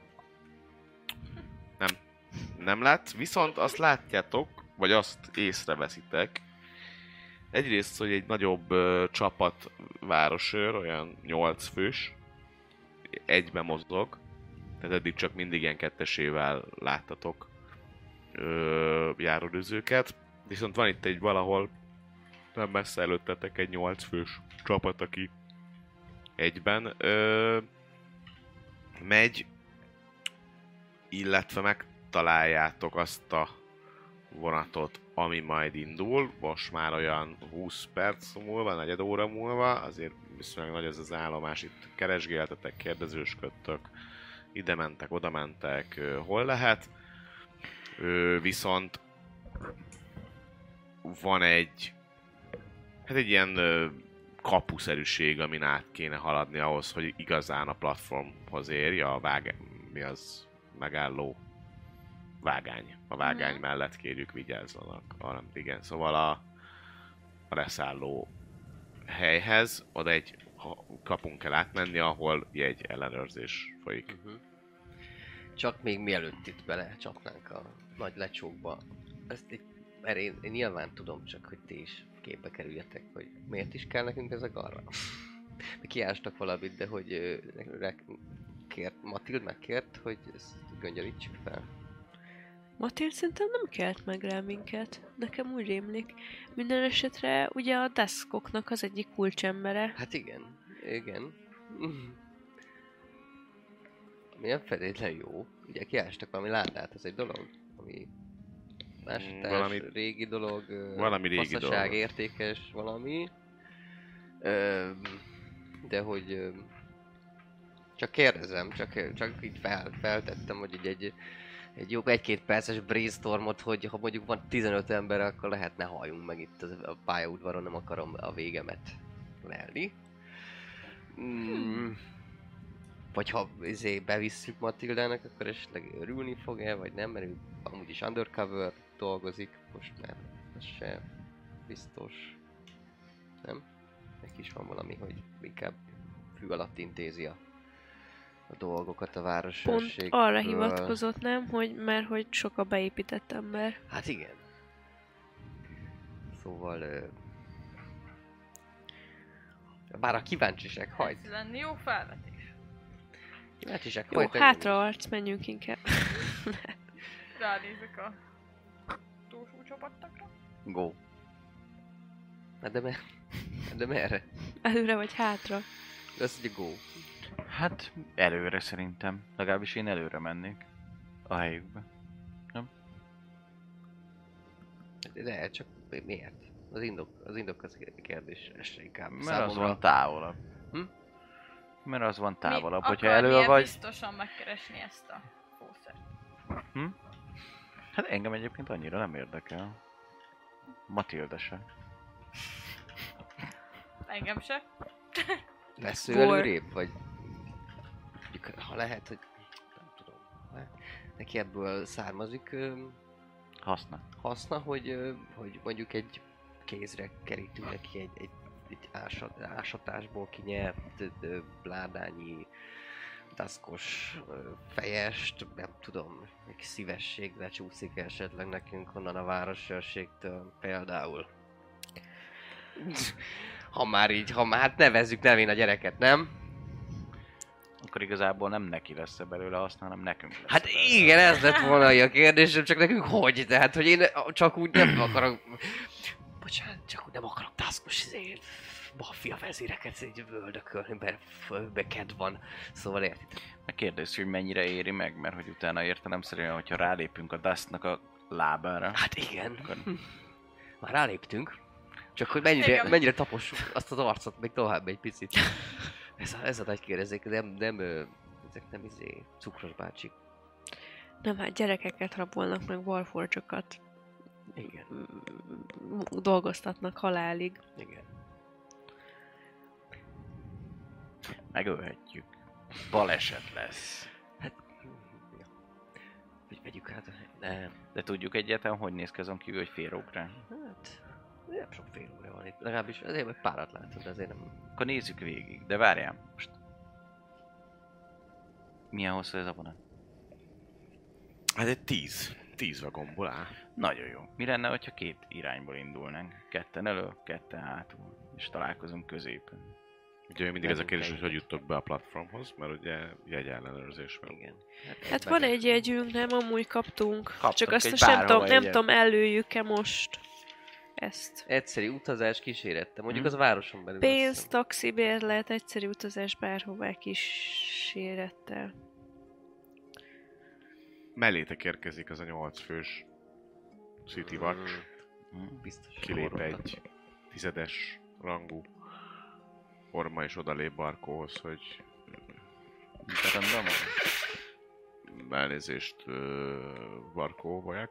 Nem látsz, viszont azt látjátok, vagy azt észreveszitek. Egyrészt, hogy egy nagyobb ö, csapat városőr, olyan nyolc fős, egybe mozog. Tehát eddig csak mindig ilyen kettesével láttatok ö, járódőzőket. Viszont van itt egy valahol nem messze előttetek egy nyolc fős csapat, aki egyben ö, megy, illetve megtaláljátok azt a vonatot, ami majd indul. Most már olyan húsz perc múlva, negyed óra múlva, azért viszonylag nagy ez az állomás, itt keresgéltetek, kérdezősködtök, ide mentek, oda mentek, ö, hol lehet. Ö, viszont van egy hát egy ilyen ö, kapuszerűség, amin át kéne haladni ahhoz, hogy igazán a platformhoz érj, a vág... mi az megálló vágány. A vágány Mhm. mellett kérjük vigyázzanak. Ah, igen, szóval a, a leszálló helyhez, oda egy ha- kapun kell átmenni, ahol jegy ellenőrzés folyik. Uh-huh. Csak még mielőtt itt bele csapnánk a nagy lecsókba, ezt itt, mert én, én nyilván tudom, csak hogy ti is képbe kerüljetek, hogy miért is kell nekünk ezek arra. De kiástak valamit, de hogy ö, re- kért, Matild megkért, hogy ezt göngyörítsük fel. Matild szerintem nem kelt meg rá minket. Nekem úgy rémlik. Minden esetre ugye a deszkoknak az egyik kulcsembere. Hát igen, igen. Milyen feltétlen jó. Ugye kiástak valami ládát, ez egy dolog, ami másodás, valami- régi dolog, ö, valami régi faszaság, dolog. értékes valami. Ö, de hogy ö, csak kérdezem, csak, csak így fel, feltettem, hogy így egy, egy jó egy-két perces brainstormot, hogy ha mondjuk van tizenöt ember, akkor lehet ne halljunk meg itt a pályaudvaron, nem akarom a végemet lelni. Mm. Vagy ha izé bevisszük Matildának, akkor esetleg örülni fog-e, vagy nem, mert ő amúgy is undercover dolgozik, most már ez se biztos. Nem? Neki is van valami, hogy inkább fű alatt intézi a, a dolgokat a Pont városőrségből. arra hivatkozott, nem? Hogy mert hogy sok a beépített ember. Hát igen. Szóval... Ö... Bár a kíváncsiság hajt. Ez lenni jó felvetés. Kíváncsiság Jó, hajt. hátra arc, menjünk inkább. Ránézek a túlsó csapattakra. Go. Hát de, mer- de merre? Előre vagy hátra. De azt mondja go. Hát előre szerintem. Legalábbis én előre mennék. A helyükbe. De csak mi- miért? Az indok, az indok az kérdés, ez inkább Mert az van távolabb. Hm? Mert az van távolabb. Mi Hogyha akarnia elő vagy... biztosan megkeresni ezt a fószert. Hát engem egyébként annyira nem érdekel. Matilda se. Engem se. Lesz ő War. előrébb, vagy... Mondjuk, ha lehet, hogy... Nem tudom. ha neki ebből származik ö, Haszna. haszna, hogy, ö, hogy mondjuk egy kézre kerítünk neki egy, egy, egy ásat, ásatásból kinyert ö, bládányi daszkos ö, fejest, nem tudom, egy szívesség lecsúszik esetleg nekünk onnan a városőrségtől például. Ha már így, ha már hát nevezzük nevén a gyereket, nem? Akkor igazából nem neki lesz belőle haszna, hanem nekünk lesz. Hát belőle. igen, ez lett volna a kérdésem, csak nekünk hogy? Tehát, hogy én csak úgy nem akarok... Bocsánat, csak úgy nem akarok tászkos izé, maffia vezéreket így völdökölni, mert fölbe kedv van. Szóval értitek? Meg kérdezi, hogy mennyire éri meg, mert hogy utána értelemszerűen, hogyha rálépünk a Dustnak a lábára. Hát igen. Akkor... Már ráléptünk. Csak hogy mennyire, Igen. mennyire tapossuk azt az arcot még tovább egy picit. Ez a, ez a nagy kérdezék, nem, nem, ö, ezek nem izé, cukros bácsik. Nem, hát gyerekeket rabolnak meg Warforge-okat. Igen. m- dolgoztatnak halálig. Igen. Megölhetjük. Baleset lesz. Hát... Ja. Hogy vegyük át a... Nem. De tudjuk egyáltalán, hogy néz ki azon kívül, hogy félugrál. Hát... Nem sok fél óra van itt. Legalábbis azért vagy párat látod, de azért nem... Akkor nézzük végig. De várjál, most... Milyen hosszú ez a vonat? Hát egy tíz. Tíz vagonból áll. Nagyon jó. Mi lenne, hogyha két irányból indulnánk? Ketten elő, ketten hátul. És találkozunk középen. Ugye mindig ez a kérdés, hogy Megyünk hogy jutok be a platformhoz, mert ugye jegy-ellenőrzés van. Igen. Hát van egy jegyünk, nem? Amúgy kaptunk. Kaptunk Csak azt egy most nem bárhova tudom, nem jegyet. tudom, előjük-e most ezt. Egyszerű utazás kísérettem. Mondjuk Mhm. az a városon belül. Pénz, azt hiszem. taxi, bérlet, egyszerű utazás bárhová kísérettel. Mellétek érkezik az a nyolc fős City Watch. Hm? Biztos. Kilép forrottak. egy tizedes rangú orma és odalép Barkóhoz, hogy Mit random? elnézést ö, Barkó vagyok.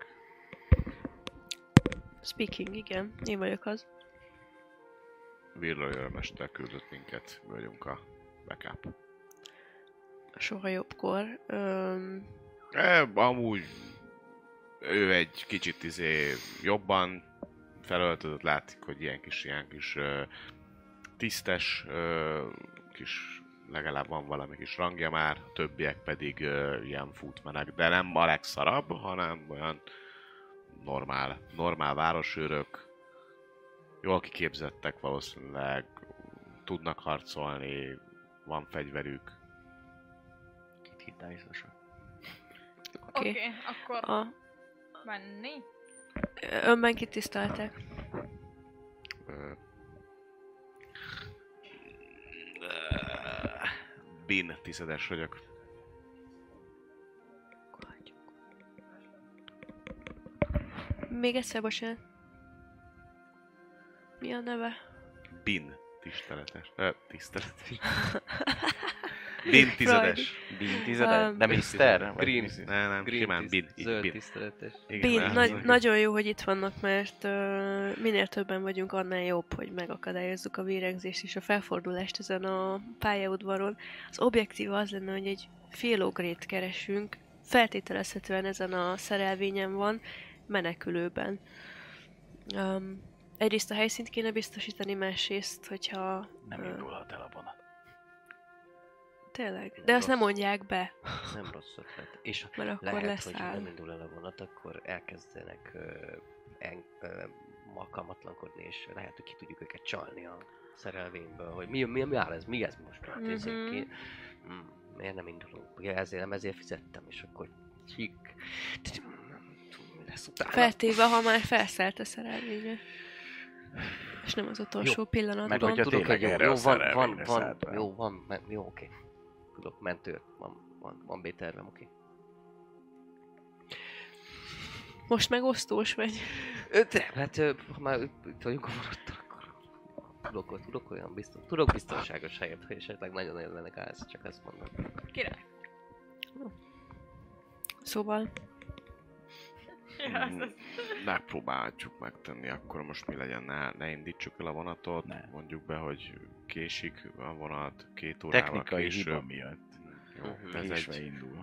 Speaking, igen. Én vagyok az. Virlai örömester küldött minket, mi vagyunk a backup. Soha jobbkor. Öm, E, amúgy ő egy kicsit izé jobban felöltözött, látszik, hogy ilyen kis, ilyen kis ö, tisztes, ö, kis, legalább van valami kis rangja már, a többiek pedig ö, ilyen futmenek, de nem a legszarabb, hanem olyan normál, normál városőrök, jól kiképzettek valószínűleg, tudnak harcolni, van fegyverük. Kit hittál biztosan? Oké. Oké, okay, akkor A menni. önben kitiszteltek. Ö, Bin tizedes vagyok. Még egyszer, bocsánat. Mi a neve? Bin tiszteletes. Ö, tiszteletes. Bin tizedes. Bin tizedes? Um, De mister? Vagy Green. mi- Nem, nem, Green simán tiszt- Bin. Így Zöld Bin. tiszteletes. Igen, Bin, nem, nagy, az- nagyon jó, hogy itt vannak, mert uh, minél többen vagyunk, annál jobb, hogy megakadályozzuk a vérengzést és a felfordulást ezen a pályaudvaron. Az objektív az lenne, hogy egy félogrét keresünk, feltételezhetően ezen a szerelvényen van, menekülőben. Um, egyrészt a helyszínt kéne biztosítani, másrészt, hogyha... Nem ö, indulhat el a vonat. Tényleg? De azt nem mondják be, Nem rossz ötlet. És mert akkor lehet, hogy leszáll. nem indul el a vonat, akkor elkezdenek ö, en, ö, alkalmatlankodni, és lehet, hogy ki tudjuk őket csalni a szerelvényből, hogy mi, mi, mi áll ez, mi ez most? Hát ez Mhm. ki, mm, miért nem indulunk? Ugye ezért nem ezért fizettem, és akkor csík, nem tudom, mi lesz utána. Feltéve, ha már felszállt a szerelvénye. És nem az utolsó Jó. pillanatban. Meg hogyha Tudok, tényleg hogy jó, erre jó, a van, van, szerelvényre van, szállt be. jó, van, men, jó, oké. Tudok, mentőr, van, van, van B-tervem, oké. Most meg osztós vagy. Ö, de, hát ö, ha már itt itt vagyunk a vonattal, akkor tudok, tudok olyan biztos, tudok biztonságos helyet, hogy esetleg nagyon-nagyon lennek állsz, csak azt mondom. Király. Szóval, Ja, ez- ez- Megpróbáljuk megtenni, akkor most mi legyen, ne, ne indítsuk el a vonatot, Ne. mondjuk be, hogy késik a vonat, két órával Technikai később. hiba miatt. Jó, Mhm. ez Késve egy, indul.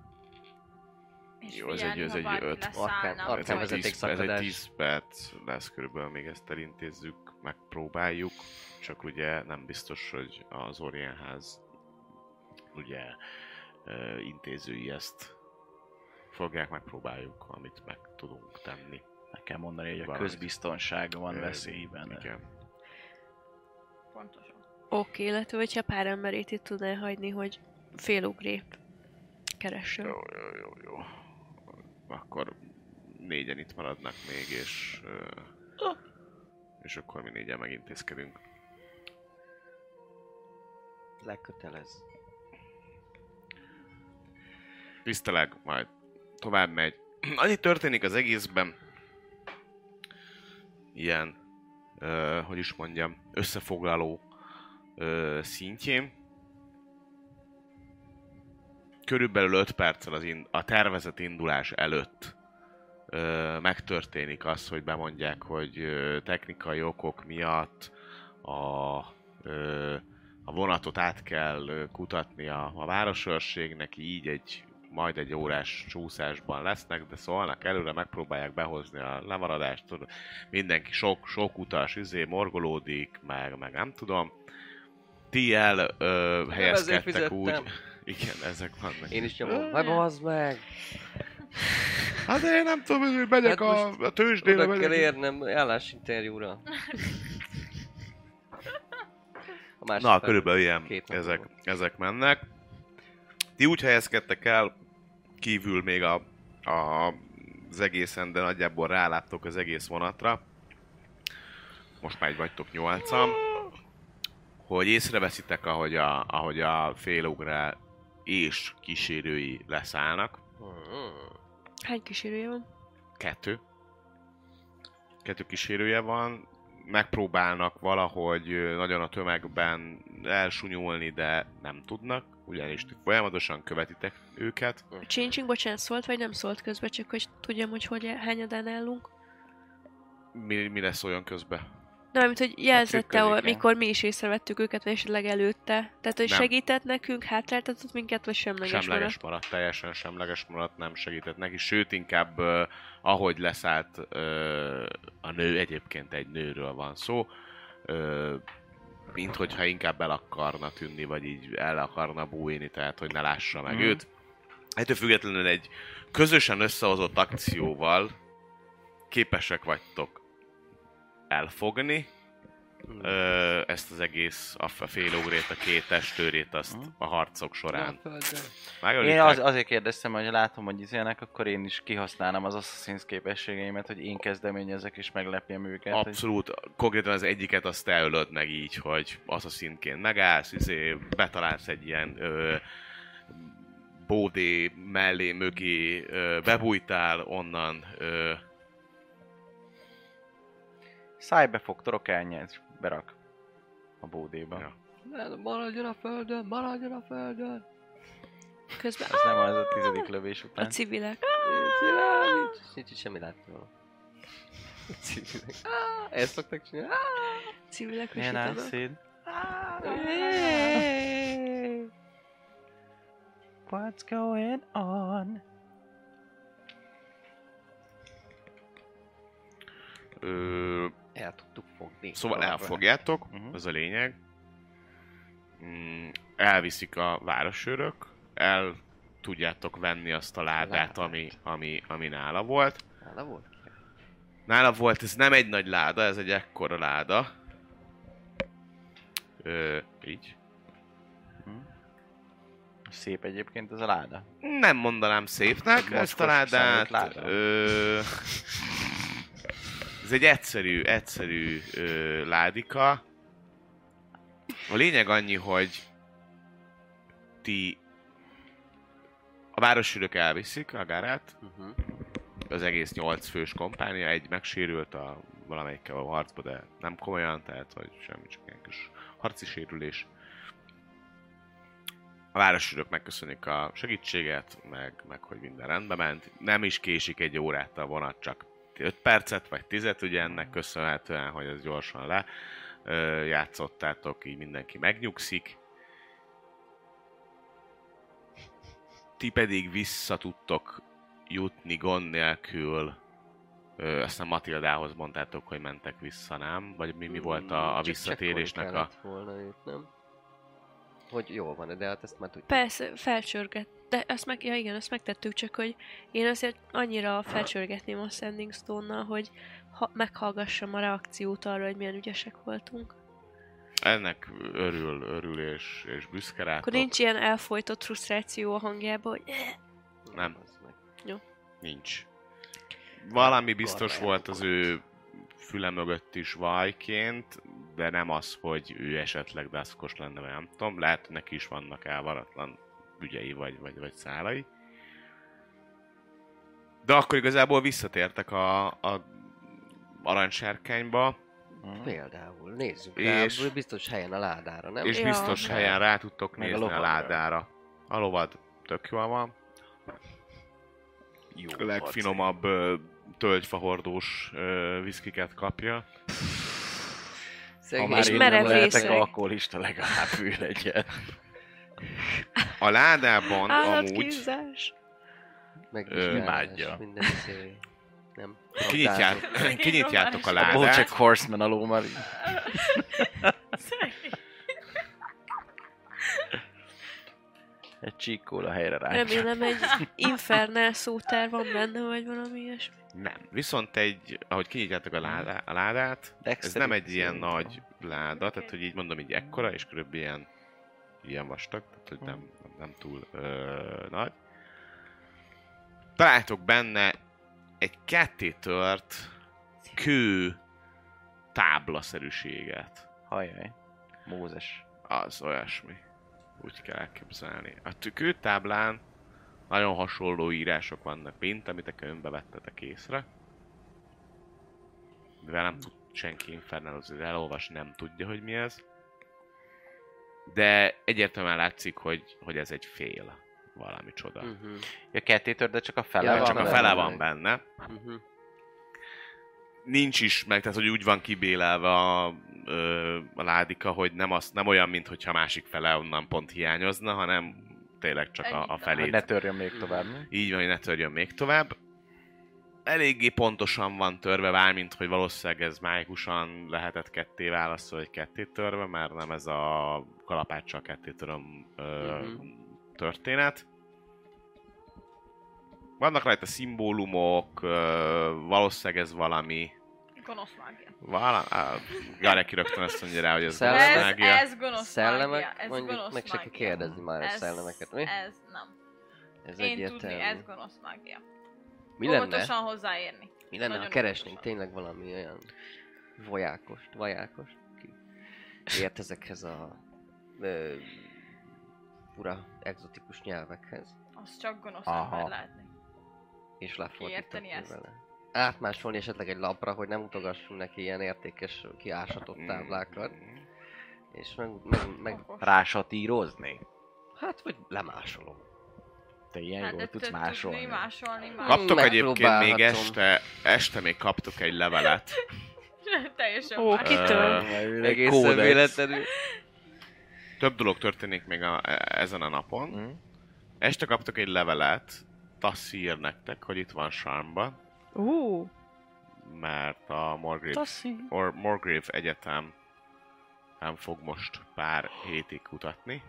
és Jó, ez figyelni, egy- ez ha egy bárki öt- leszállna, Arkán- vagy- ez egy, vezeték tíz, ez egy szakadás. tíz perc lesz körülbelül, még ezt elintézzük, megpróbáljuk, csak ugye nem biztos, hogy az Orienház ugye ö, intézői ezt fogják, megpróbáljuk, amit meg tudunk tenni. Meg kell mondani, hogy a Valamit. közbiztonság van Ö, veszélyben. Igen. Pontosan. oké, illetve hogyha pár emberét itt tudnál hagyni, hogy félugrét keressen. Jó, jó, jó, jó. Akkor négyen itt maradnak még, és... ö, és akkor mi négyen megintézkedünk. Lekötelez. Tiszteleg, majd tovább megy. Annyi történik az egészben, ilyen, ö, hogy is mondjam, összefoglaló ö, szintjén. Körülbelül öt perccel az in- a tervezett indulás előtt ö, megtörténik az, hogy bemondják, hogy ö, technikai okok miatt a, ö, a vonatot át kell ö, kutatni a, a városőrségnek, így egy majd egy órás csúszásban lesznek, de szólnak előre, megpróbálják behozni a lemaradást, tudod, mindenki sok, sok utas izé morgolódik, meg, meg nem tudom. Ti el ö, helyezkedtek úgy... Igen, ezek vannak. Én is nyomom. Majd bazd meg! Hát én nem tudom, hogy megyek Hát a, a tőzsdére. Oda kell érnem állásinterjúra. A Na, körülbelül ilyen két ezek, napon. ezek mennek. Ti úgy helyezkedtek el, kívül még a, a, az egészen, de nagyjából ráláttok az egész vonatra. Most már így vagytok nyolcan. Hogy észreveszitek, ahogy a, ahogy a félográ és kísérői leszállnak. Hány kísérője van? Kettő. Kettő kísérője van. Megpróbálnak valahogy ö, nagyon a tömegben elsunyulni, de nem tudnak. Ugyanis ti folyamatosan követitek őket. A changing, bocsánat, szólt vagy nem szólt közben, csak hogy tudjam, hogy, hogy hányadán állunk. Mi, mire szóljon közbe? Nem, mint hogy jelzette, trükközik, hát, mikor mi is észrevettük őket, vagy esetleg előtte. Tehát, hogy Nem. segített nekünk, hátráltatott minket, vagy semleges, Semleges maradt, teljesen semleges maradt, nem segített neki, sőt inkább uh, ahogy leszállt uh, a nő, egyébként egy nőről van szó, uh, mint hogyha inkább el akarna tűnni, vagy így el akarna bújni, tehát hogy ne lássa meg Mhm. őt. Ettől függetlenül egy közösen összehozott akcióval képesek vagytok elfogni ö, ezt az egész, a f- félogrét, a két testőrét azt a harcok során. Megölitek. Én az, azért kérdeztem, hogy látom, hogy izélnek, akkor én is kihasználnám az Assassin's képességeimet, hogy én kezdeményezek és meglepjem őket. hogy- Abszolút, konkrétan az egyiket azt te ölöd meg így, hogy asszaszintként megállsz, izé, betalálsz egy ilyen ö, bódé mellé, mögé, ö, bebújtál onnan, ö, Szájbe fog, torok elnyez, berak a bódéba. Ja. Nem, maradjon a földön, maradjon a földön! Közben Ez nem az a tizedik lövés a után. civilek. Nincs, nincs itt semmi látnivaló. Civilek. Ah, ezt szoktak csinálni. Ah, Civilek Milyen visítanak. álszéd? What's going on? ö, el tudtuk fogni. Szóval Valahol. elfogjátok, Mhm. ez a lényeg. Mm, elviszik a városőrök, el tudjátok venni azt a ládát, Ládát. ami, ami, ami nála volt. Nála volt? Nála volt, ez nem egy nagy láda, ez egy ekkora láda. Ö, így. Szép egyébként ez a láda. Nem mondanám szépnek Egy ezt a mocskos ládát. szemét láda. Ö, ez egy egyszerű, egyszerű ö, ládika. A lényeg annyi, hogy ti a városőrök elviszik a gárát, Uh-huh. az egész nyolc fős kompánia, egy megsérült a valamelyikkel a harcba, de nem komolyan, tehát hogy semmi, csak ilyen kis harci sérülés. A városőrök megköszönik a segítséget, meg, meg hogy minden rendbe ment. Nem is késik egy órát a vonat, csak öt percet vagy tízet, ugye ennek köszönhetően, hogy ez gyorsan le ö, játszottátok, így mindenki megnyugszik. Ti pedig vissza tudtok jutni gond nélkül. Ö, aztán Matildához mondtátok, hogy mentek vissza, nem? Vagy mi, mi volt a, a Csak visszatérésnek a... checkpoint kellett volna őt, nem? Hogy jó van, de hát ezt már tudjuk. Persze, felcsörget. De azt meg, ja igen, azt megtettük, csak hogy én azért annyira felcsörgetném a Sending Stone-nal, hogy ha, meghallgassam a reakciót arra, hogy milyen ügyesek voltunk. Ennek örül, örül és, és büszke rátok. Akkor nincs ilyen elfolytott frusztráció a hangjában, hogy Nem. Az meg. Nincs. Valami biztos Karra volt az ő füle mögött is vajként, de nem az, hogy ő esetleg daszkos lenne, vagy nem tudom. Lehet, hogy neki is vannak elvaratlan ügyei, vagy, vagy, vagy szálai. De akkor igazából visszatértek a, a aranysárkányba, Például, nézzük És- rá, biztos helyen a ládára, nem? és Ja. biztos helyen rá tudtok Meg a nézni a, lovadra. ládára. A lovad tök jól van. Jó. A legfinomabb ö, tölgyfahordós ö, viszkiket kapja. Ha már És én merev nem lehetek részeg. alkoholista, legalább ő legyen. A ládában amúgy Állatkínzás. Megvizsgálás, imádja. minden izé. Nem. kinyitját, Raktárok. kinyitjátok a A ládát. Bojack Horseman a lómari. Egy csíkóla helyre rá. Remélem egy infernál szótár van benne, vagy valami ilyesmi. Nem. Viszont egy, ahogy kinyitjátok a, ládá, a ládát, ez nem egy ilyen nagy láda, tehát hogy így mondom, így ekkora, és körülbelül ilyen, ilyen vastag, tehát hogy nem, nem, nem túl ö, nagy. Találtok benne egy kettétört kő táblaszerűséget. Hajjaj. Mózes. Az olyasmi. Úgy kell elképzelni. A kőtáblán nagyon hasonló írások vannak, mint amit a könyvbe vettetek észre. Mivel nem tud senki Infernálozni elolvasni, nem tudja, hogy mi ez. De egyértelműen látszik, hogy, hogy ez egy fél valami csoda. Uh-huh. A kettétör, de csak a fele Ja, van Csak a benne. fele van benne. Uh-huh. Nincs is meg, tehát hogy úgy van kibélelve a, ö, a ládika, hogy nem, az, nem olyan, mintha másik fele onnan pont hiányozna, hanem tényleg csak a, a Hogy ne felét. törjön még tovább, mi? Így van, hogy ne törjön még tovább. Eléggé pontosan van törve, bármint, hogy valószínűleg ez mágikusan lehetett ketté válaszolni, vagy ketté törve, mert nem ez a kalapáccsal ketté töröm ö, Mhm. történet. Vannak rajta szimbólumok, ö, valószínűleg ez valami... Gonosz mágia. Vala, Gareki rögtön azt mondja rá, hogy ez Szellemek? gonosz Ez, mágia. ez gonosz Szellemek? mágia. Ez Mondjuk gonosz meg se kell mágia. kérdezni már a Ez- szellemeket, mi? Ez nem. Ez Én tudni, egyértelmű. ez gonosz mágia. Mi lenne, Óvatosan hozzáérni. mi lenne ha Nagyon keresnénk óvatosan. tényleg valami olyan vojákost, vajákost, ki ért ezekhez a ö, fura, egzotikus nyelvekhez, Az csak gonosz Aha. ember látni. és Kiérteni lefordítani ezt? vele. Átmásolni esetleg egy lapra, hogy nem utogassunk neki ilyen értékes, kiásatott táblákat, és meg, meg, meg Okos. Rásatírozni? hát vagy lemásolom. Te ilyen Hát, jól de tudsz tudni, másolni. másolni, másolni. Kaptok egyébként még Megpróbálhatom. este, este még kaptok egy levelet. Teljesen Ó, más. kitől? Ö, Egészen véletlenül. Több dolog történik még a, ezen a napon. Mm. Este kaptok egy levelet, Tassi ír nektek, hogy itt van Charmba, Ó, mert a Morgrave, Tassi. or Morgrave Egyetem nem fog most pár hétig kutatni.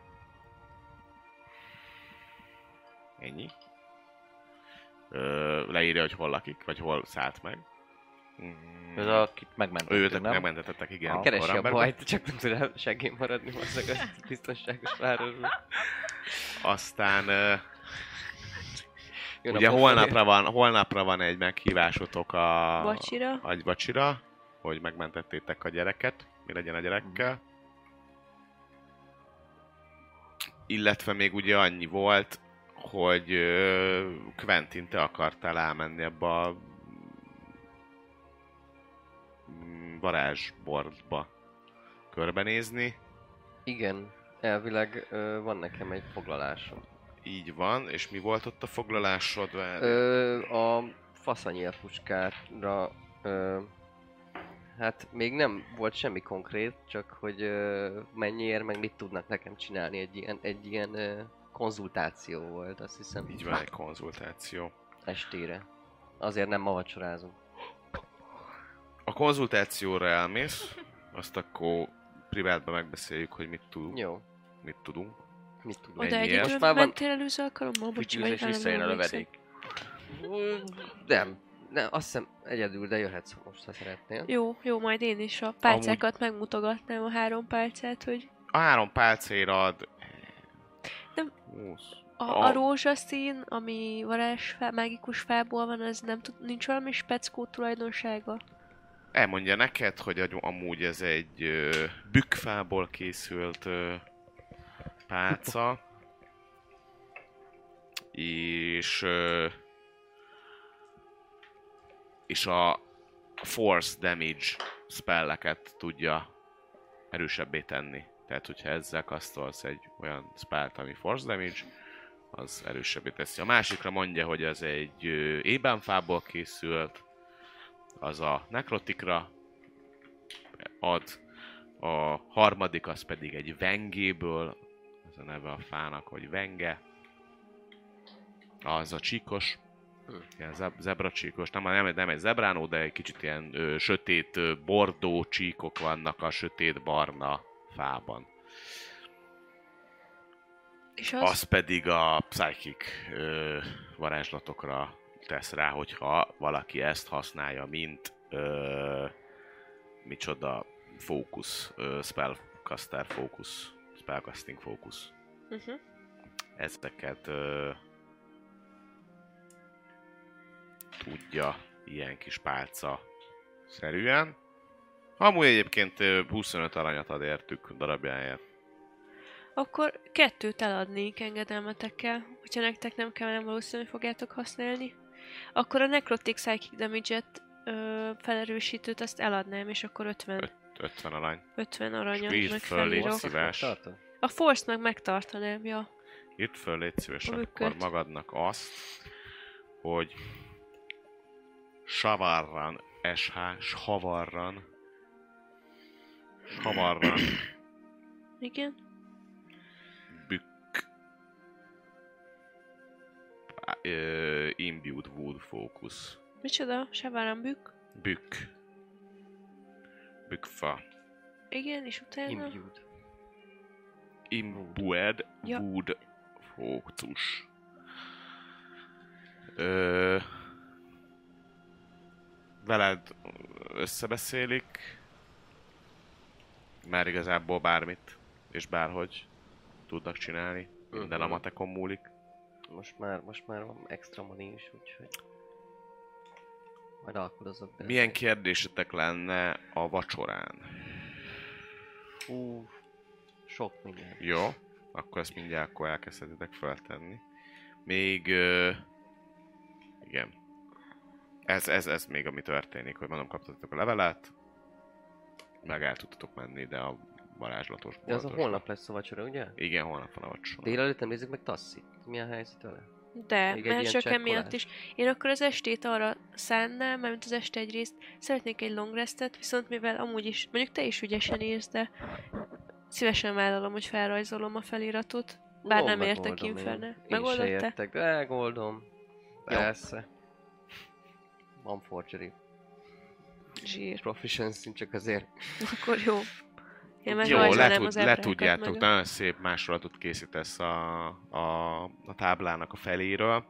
Ennyi. Ö, leírja, hogy hol lakik, vagy hol szállt meg. Mm. Ez akit megmentettünk, Őt nem? megmentettetek, igen. Ah, Keresi a Koremberben. bajt, csak nem tud rá segély maradni hozzá a biztonságos városban. Aztán ö, Jön ugye a holnapra van, holnapra van egy meghívásotok a... Vacsira. A vacsira, hogy megmentettétek a gyereket, mi legyen a gyerekkel. Illetve még ugye annyi volt, hogy ö, Quentin, te akartál elmenni ebbe a mm, varázsbordba körbenézni. Igen, elvileg ö, van nekem egy foglalásom. Így van, és mi volt ott a foglalásod? Ö, a faszanyélpuskára, ö, hát még nem volt semmi konkrét, csak hogy ö, mennyiért, meg mit tudnak nekem csinálni, egy ilyen, egy ilyen ö, konzultáció volt, azt hiszem. Így van, egy konzultáció. Estére. Azért nem ma vacsorázunk. A konzultációra elmész, azt akkor privátban megbeszéljük, hogy mit tudunk. Jó, Mit tudunk. mit tudunk. Oda egy Ennyiért. Most időben már van- mentél előző alkalommal? Bocsi, Fütyülsz vagy és már visszajön a nem emlékszem. lövedék. Nem, nem, azt hiszem egyedül, de jöhetsz most, ha szeretnél. Jó, jó, majd én is a pálcákat megmutogatnám, a három pálcát, hogy A három pálcér ad... Nem. húsz. a, A- a rózsaszín, ami varázsfá, mágikus fából van, az nem tud, nincs valami speckó tulajdonsága? Elmondja neked, hogy agy- amúgy ez egy ö, bükkfából készült ö, pálca. És... Ö, és a force damage spelleket tudja erősebbé tenni. Tehát, hogyha ezzel kasztolsz egy olyan spellt, ami force damage, az erősebbé teszi. A másikra mondja, hogy ez egy ö, ébenfából készült, az a nekrotikra ad, a harmadik az pedig egy vengéből, ez a neve a fának, hogy venge. Az a csíkos, ilyen zeb- zebracsíkos, nem, nem, nem egy zebránó, de egy kicsit ilyen ö, sötét ö, bordó csíkok vannak a sötét barna fában. És az? Az pedig a psychic ö, varázslatokra tesz rá, hogyha valaki ezt használja, mint ö, micsoda fókusz, ö, spellcaster fókusz, spellcasting fókusz. Uh-huh. Ezeket ö, tudja ilyen kis pálca szerűen. Amúgy egyébként ö, huszonöt aranyat ad értük darabjáért. Akkor kettőt eladnék engedelmetekkel, hogyha nektek nem kell, nem valószínű, hogy fogjátok használni. Akkor a Necrotic Psychic Damage-et ö, felerősítőt azt eladnám, és akkor ötven, Öt, ötven arany. ötven aranyat írd meg föl, légy felírok. szíves. Tartod? A Force meg megtartanám, ja. Írd föl, légy szíves, A akkor műköt. magadnak azt, hogy Savarran, es há, Savarran, Savarran, Igen. Bükk, uh, Imbued Wood Focus, Micsoda? Savaran Bük. Bükk, Bükkfa, Igen, és utána... Imbued. Imbued Ja. Wood Focus. Ö, veled összebeszélik, már igazából bármit és bárhogy tudnak csinálni. Minden a Mhm. matekon múlik. Most már, most már van extra money is, úgyhogy... Majd alkudozok be. Milyen kérdésetek lenne a vacsorán? Hú, sok minden. Jó, akkor ezt mindjárt akkor elkezdhetitek feltenni. Még... Ö, igen. Ez, ez, ez még ami történik, hogy mondom, kaptatok a levelet, meg el tudtatok menni, de a varázslatos De az a boltosba. holnap lesz a vacsora, ugye? Igen, holnap van a vacsora. Délelőtt nem nézzük meg Tassit. Milyen helyzet vele? De, Még egy mert ilyen csak csekkolás. emiatt is. Én akkor az estét arra szánnám, mert az este egy részt szeretnék egy long restet, viszont mivel amúgy is, mondjuk te is ügyesen írsz, de szívesen vállalom, hogy felrajzolom a feliratot, bár Ó, nem értek megoldom én. Inferne. Én se Megoldod te? értek, de megoldom. Persze. Van forgery. Zsír. Proficiency csak azért. Akkor jó. Én meg Jó, le, rajzolnám tud, az le ebrákat tudjátok, meg a- nagyon szép másolatot készítesz a, a, a táblának a feléről.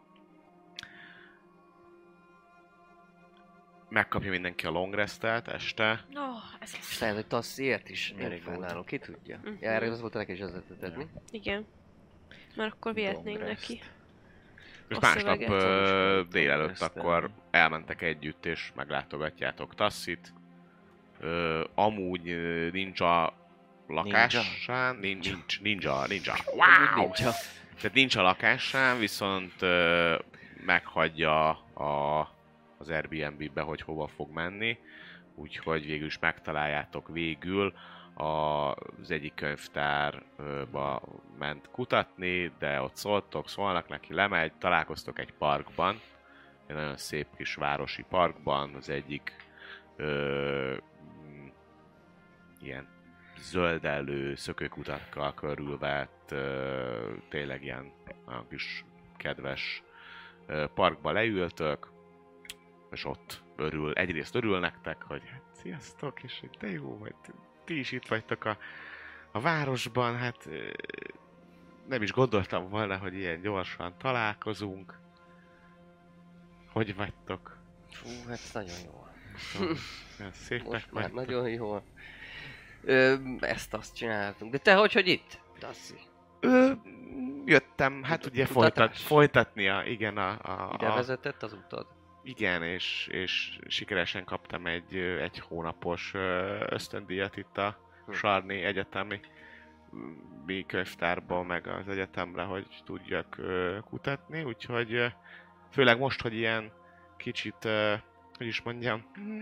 Megkapja mindenki a long restet este. Oh, ez lesz. És lehet, hogy Tassiért is Very infernálok, ki tudja. Mhm. Ja, erre az volt a neki is az ötleted, mi? Igen. Mert akkor vihetnénk Long rest. neki. És A másnap szöveget. ö, Tudom, délelőtt ezt akkor tenni. elmentek együtt és meglátogatjátok Tassit. Ö, amúgy ö, nincs a lakásán, nincs, nincs, ninja, ninja. Wow! Ninja. Tehát nincs a lakásán, viszont ö, meghagyja a, az Airbnb-be, hogy hova fog menni. Úgyhogy végül is megtaláljátok végül. A, az egyik könyvtárba ment kutatni, de ott szóltok, szólnak neki, lemegy, találkoztok egy parkban, egy nagyon szép kis városi parkban, az egyik ö, mm, ilyen zöldellő szökőkutakkal körülvett, ö, tényleg ilyen nagyon kis kedves ö, parkba leültök, és ott örül, egyrészt örül nektek, hogy hát sziasztok, és hogy de jó, hogy ti is itt vagytok a, a városban, hát ö, nem is gondoltam volna, hogy ilyen gyorsan találkozunk. Hogy vagytok? Fú, hát ez nagyon jó. Olyan szépek Most már vagytok. nagyon jó. Ö, ezt azt csináltunk. De te hogy, hogy itt? Tassi. Ö, jöttem, hát ugye Kutatás. folytat, folytatnia, igen, a, a, Ide a, vezetett az utad? igen, és, és sikeresen kaptam egy, ö, egy hónapos ö, ösztöndíjat itt a Hm. Sarni Egyetemi mi könyvtárban, meg az egyetemre, hogy tudjak ö, kutatni, úgyhogy ö, főleg most, hogy ilyen kicsit, ö, hogy is mondjam,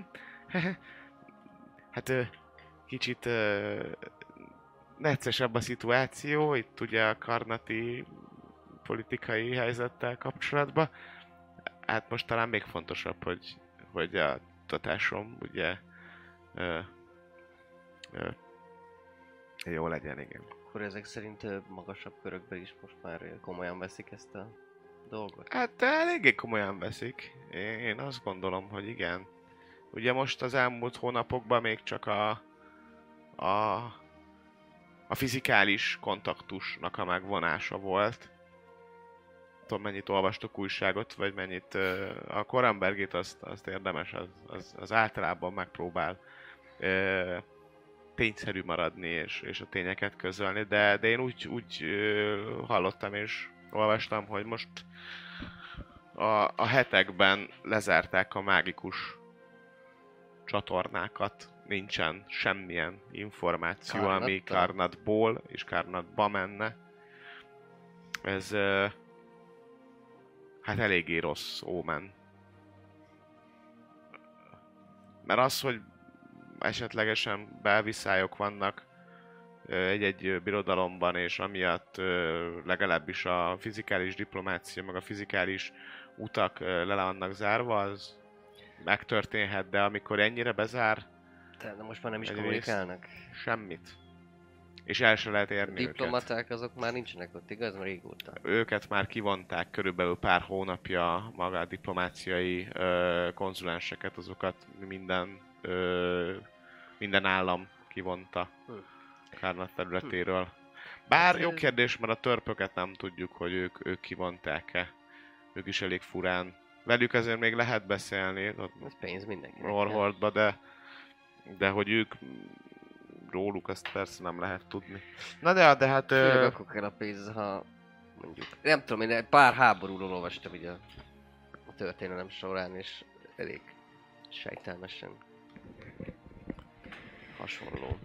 hát ö, kicsit ö, neccesebb a szituáció, itt ugye a karnati politikai helyzettel kapcsolatban. Hát most talán még fontosabb, hogy, hogy a futtatásom, ugye ö, ö, jó legyen, igen. Akkor ezek szerint ö, magasabb körökben is most már ö, komolyan veszik ezt a dolgot? Hát eléggé komolyan veszik. Én, én azt gondolom, hogy igen. Ugye most az elmúlt hónapokban még csak a, a, a fizikális kontaktusnak a megvonása volt. Tudom, mennyit olvastok újságot, vagy mennyit ö, a Korambergét azt, azt érdemes, az, az, az általában megpróbál ö, tényszerű maradni és, és a tényeket közölni, de, de én úgy, úgy ö, hallottam és olvastam, hogy most a, a hetekben lezárták a mágikus csatornákat, nincsen semmilyen információ, Karnattal? ami Karnatból és Karnatba menne. Ez ö, hát eléggé rossz ómen. Mert az, hogy esetlegesen belviszályok vannak ö, egy-egy birodalomban, és amiatt ö, legalábbis a fizikális diplomácia, meg a fizikális utak ö, le vannak zárva, az megtörténhet, de amikor ennyire bezár Te, de most már nem is Egyrészt- kommunikálnak. semmit. És el se lehet A érni őket. diplomaták azok már nincsenek ott, igaz? Már régóta. Őket már kivonták körülbelül pár hónapja, maga a diplomáciai ö, konzulenseket, azokat minden, ö, minden állam kivonta Hm. Karnat területéről. Bár Hát, jó ö- kérdés, mert a törpöket nem tudjuk, hogy ők, ők kivonták-e. Ők is elég furán. Velük azért még lehet beszélni, ott Ez pénz mindenkinek. Warhordba, de, de hogy ők róluk azt persze nem lehet tudni. Na de, de hát... Főleg Ö, akkor kell a pénz, ha mondjuk, nem tudom, én egy pár háborúról olvastam így a, a történelem során, és elég sejtelmesen hasonló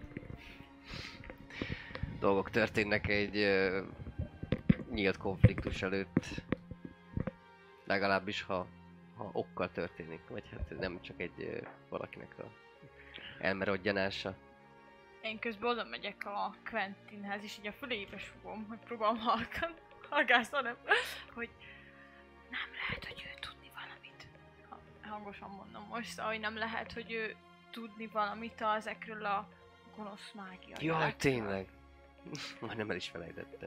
dolgok történnek egy ö, nyílt konfliktus előtt, legalábbis ha, ha okkal történik, vagy hát nem csak egy ö, valakinek a elmerodjanása. Én közben oda megyek a Quentinhez, és így a fülébe fogom, hogy próbálom halkan, halkászni, nem, hogy nem lehet, hogy ő tudni valamit. Ha- Hangosan mondom most, szóval, hogy nem lehet, hogy ő tudni valamit az ezekről a gonosz mágia. Jaj, jelekről. tényleg! Majdnem el is felejtettem.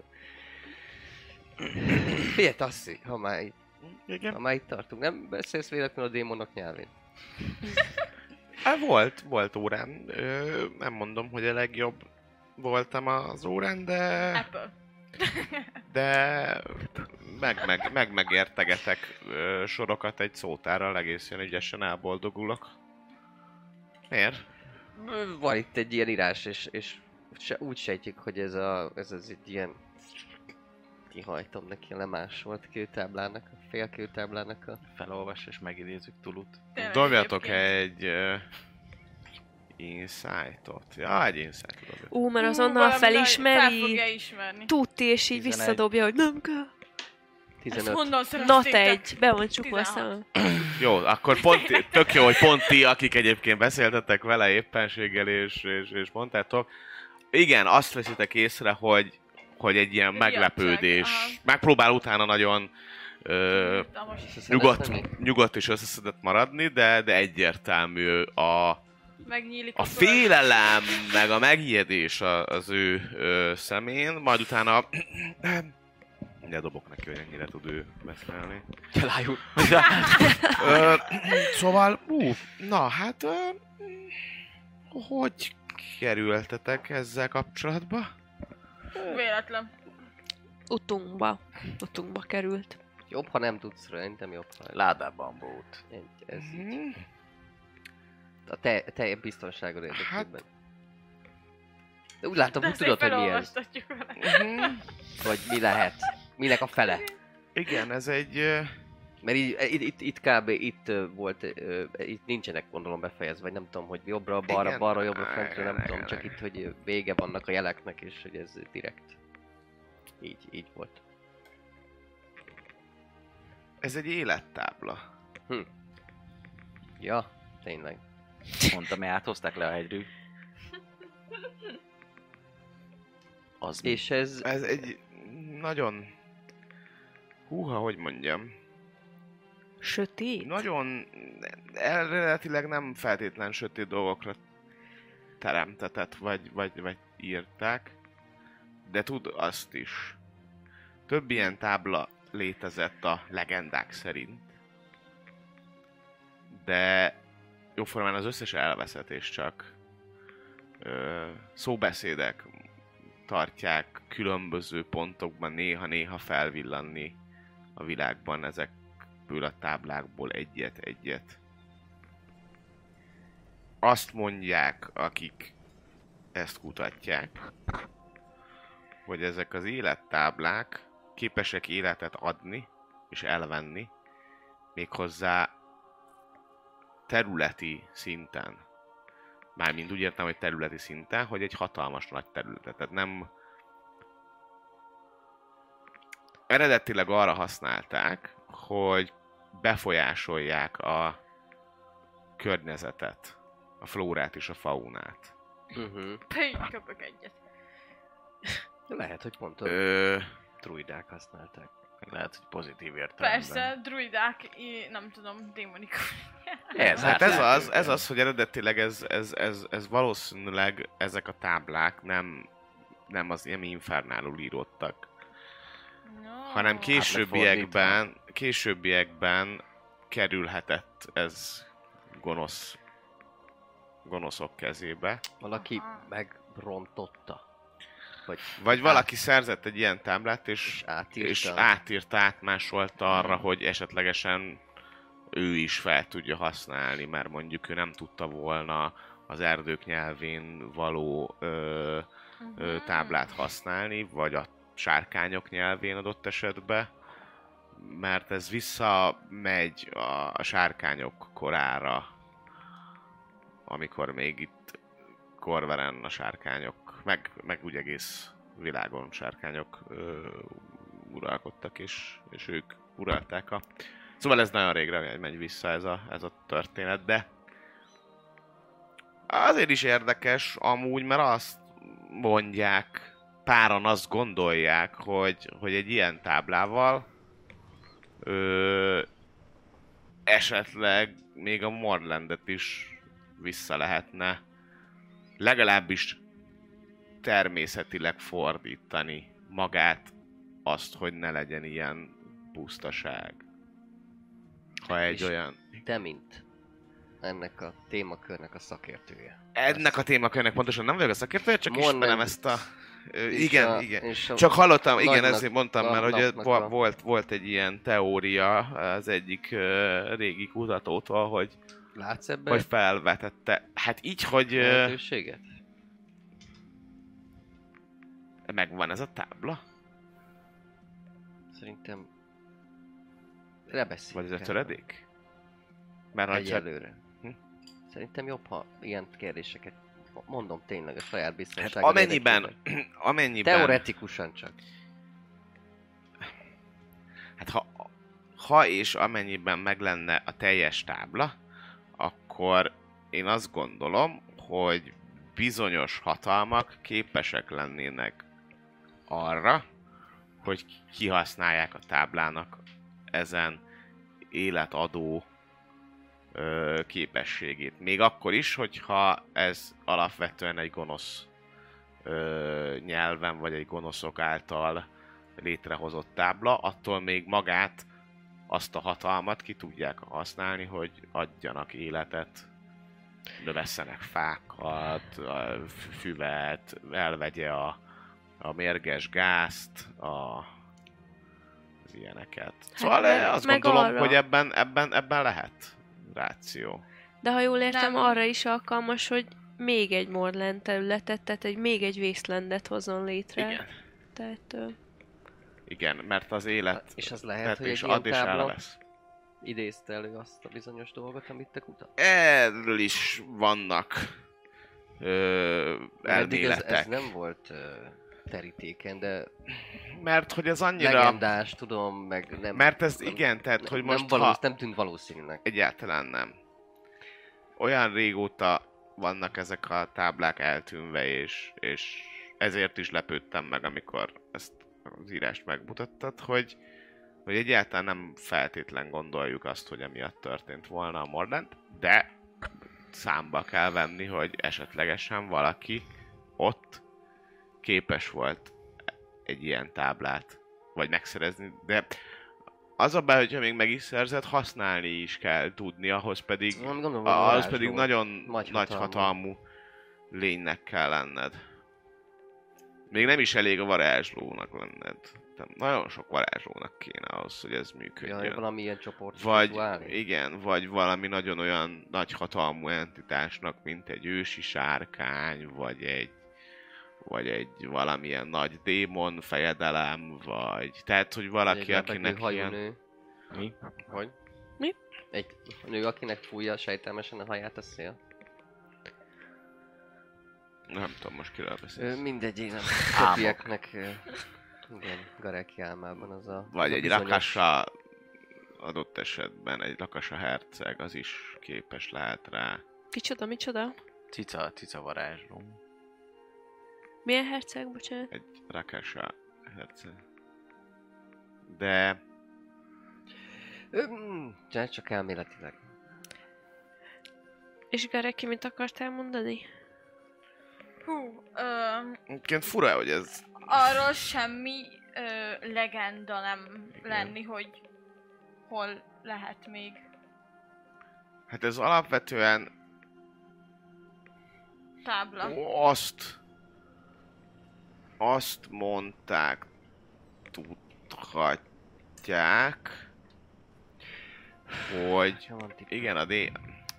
Figyelj, Tasszi, ha már, itt, igen. ha már itt tartunk, nem beszélsz véletlenül a démonok nyelvén? Hát volt, volt órán. Ö, nem mondom, hogy a legjobb voltam az órán, de... Apple. De... Meg, meg, meg megértegetek ö, sorokat egy szótárral, egészen ügyesen elboldogulok. Miért? Van itt egy ilyen írás, és, és se, úgy sejtjük, hogy ez, a, ez az egy ilyen... Kihajtom neki a lemásolt kőtáblának, a fél kőtáblának a... Felolvas és megidézzük Tulut. Tényleg Dobjatok egyébként. egy... Uh, insight-ot. Ja, egy insight-ot dobjatok. Ú, mert Ú, azonnal valami nagy- Fel felismeri, fogja ismerni. tudti, és így tizenegy. visszadobja, hogy nem kell. Ezt tizenöt. honnan Na szereztétek? te egy, be van csukva a tizenhat. szemem. Jó, akkor pont, tök jó, hogy pont ti, akik egyébként beszéltetek vele éppenséggel és, és, és mondtátok. Igen, azt veszitek észre, hogy, hogy egy ilyen Riadság, meglepődés. aha. Megpróbál utána nagyon ö, Na most nyugodt, nyugodt és összeszedett maradni, de, de egyértelmű a, megnyílik a kör. félelem, meg a megijedés a- az ő ö, szemén, majd utána... De dobok neki, hogy ennyire tud ő beszélni. Elájul. Ö, szóval, ú, na hát, ö, hogy kerültetek ezzel kapcsolatba? Véletlen. Utunkba. Utunkba került. Jobb, ha nem tudsz, szerintem jobb, ha... Ládában volt. Egy, ez így. Mhm. A te, te biztonságod érdekében. Hát- De úgy látom, De hogy ezt tudod, még hogy mi ez. felolvastatjuk vele. Mhm. Vagy mi lehet. Minek a fele. Igen, ez egy... ö, Mert így, itt, itt, itt kb. Itt ö, volt, ö, itt nincsenek gondolom befejezve, vagy nem tudom, hogy jobbra, balra, Igen. balra, jobbra, fentre, nem Igen, tudom, igen, csak igen. itt, hogy vége vannak a jeleknek, és hogy ez direkt. Így, így volt. Ez egy élettábla. Ja, tényleg. Mondtam, hogy áthozták le a hegyről. Az mi? És ez, Ez egy nagyon... Húha, hogy mondjam... Sötét? Nagyon eredetileg nem feltétlen sötét dolgokra teremtetett, vagy, vagy, vagy írták, de tud azt is. Több ilyen tábla létezett a legendák szerint, de jóformán az összes elveszett, és csak ö, szóbeszédek tartják különböző pontokban néha-néha felvillanni a világban ezekből a táblákból egyet-egyet. Azt mondják, akik ezt kutatják, hogy ezek az élettáblák képesek életet adni és elvenni, méghozzá területi szinten. Mármint úgy értem, hogy területi szinten, hogy egy hatalmas nagy területet. Tehát nem... Eredetileg arra használták, hogy befolyásolják a környezetet, a flórát és a faunát. Uh-huh. Pedig köpök egyet. Lehet, hogy pont a Ö... druidák használták. Lehet, hogy pozitív értelemben. Persze, druidák, i- nem tudom, démonikus. Ez, Hát ez lehet, az, ez az, hogy eredetileg ez, ez, ez, ez valószínűleg ezek a táblák nem, nem az nem infernálul íródtak, No. hanem későbbiekben, későbbiekben kerülhetett ez gonosz, gonoszok kezébe. Valaki Aha. megrontotta. Vagy, Vagy valaki szerzett egy ilyen táblát, és, és átírta. és átírta, átmásolta arra, hogy esetlegesen ő is fel tudja használni, mert mondjuk ő nem tudta volna az erdők nyelvén való ö, ö, táblát használni, vagy a sárkányok nyelvén adott esetben, mert ez visszamegy a, a sárkányok korára, amikor még itt Corveren a sárkányok, meg, meg úgy egész világon sárkányok ö, uralkodtak, és, és ők uralták a... Szóval ez nagyon régre megy vissza ez a, ez a történet, de azért is érdekes amúgy, mert azt mondják, páran azt gondolják, hogy, hogy egy ilyen táblával ö, esetleg még a Morlandet is vissza lehetne legalábbis természetileg fordítani magát, azt, hogy ne legyen ilyen pusztaság. Ha egy És olyan... Te, mint ennek a témakörnek a szakértője. Ennek a témakörnek pontosan nem vagyok a szakértője, csak Morland- ismerem ezt a... Ö, És igen, a- igen. és a Csak hallottam, igen, nagynak- ezért mondtam már, hogy napnak vo- a- volt, volt egy ilyen teória az egyik ö, régi kutatótól, hogy, Látsz ebben hogy felvetette. Hát így, hogy ö, lehetőséget? megvan ez a tábla? Szerintem lebeszéljük. Vagy ez a erről. töredék? Mert ha csak- Egyelőre. Hm? Szerintem jobb, ha ilyen kérdéseket mondom tényleg a saját Hát biztonságod amennyiben, érdekében. amennyiben, Teoretikusan csak. hát ha, ha és amennyiben meg lenne a teljes tábla, akkor én azt gondolom, hogy bizonyos hatalmak képesek lennének arra, hogy kihasználják a táblának ezen életadó ö, képességét. Még akkor is, hogyha ez alapvetően egy gonosz ö, nyelven, vagy egy gonoszok által létrehozott tábla, attól még magát, azt a hatalmat ki tudják használni, hogy adjanak életet, növesszenek fákat, a füvet, elvegye a, a mérges gázt, a, az ilyeneket. Szóval meg- hát, azt meg gondolom, arra. hogy ebben, ebben, ebben lehet ráció. De ha jól értem, Nem. arra is alkalmas, hogy még egy Morland területet, tehát egy, még egy Wastelandet hozzon létre. Igen. Tehát, ö, Igen, mert az élet És az lehet, tehát hogy is egy ilyen ad és tábla elvesz. idézte elő azt a bizonyos dolgot, amit te kutat. Erről is vannak ö, Eddig ez, elméletek. ez nem volt uh, terítéken, de Mert hogy ez annyira... legendás, tudom, meg nem... Mert ez nem, igen, tehát hogy nem, most nem, valósz, ha... nem tűnt valószínűnek. Egyáltalán nem. Olyan régóta vannak ezek a táblák eltűnve, és, és ezért is lepődtem meg, amikor ezt az írást megmutattad, hogy, hogy egyáltalán nem feltétlen gondoljuk azt, hogy emiatt történt volna a mordent, de számba kell venni, hogy esetlegesen valaki ott képes volt egy ilyen táblát, vagy megszerezni, de az a baj, hogyha még meg is szerzett, használni is kell tudni, ahhoz pedig, Nem gondolom, ahhoz varázsló. pedig nagyon Nagy nagy hatalmú. hatalmú lénynek kell lenned. Még nem is elég a varázslónak lenned. De nagyon sok varázslónak kéne ahhoz, hogy ez működjön. Ja, valami ilyen csoport. Vagy, igen, vagy valami nagyon olyan nagy hatalmú entitásnak, mint egy ősi sárkány, vagy egy vagy egy valamilyen nagy démon fejedelem, vagy... Tehát, hogy valaki, akinek ilyen... Nő. Mi? Hogy? Mi? Egy nő, akinek fújja sejtelmesen a haját a szél. Nem tudom most kiről beszélsz. Ö, mindegy, én nem. Álmok. Többieknek... ö, Igen, Gareki álmában az a... Vagy az a egy bizonyos- Rakasa adott esetben, egy Rakasa herceg, az is képes lehet rá. Kicsoda, micsoda? Cica, cica varázsló. Milyen herceg, bocsánat? Egy Rakasa herceg. De... Ö, mm, csak- csak elméletileg. És Gareki, mit akartál mondani? Hú, ö, Egyébként fura, hogy ez... arról semmi ö, legenda nem lenni, hogy hol lehet még. Hát ez alapvetően Tábla. azt... Azt mondták, tudhatják, hogy... Ha van tipp. Igen, a, dé...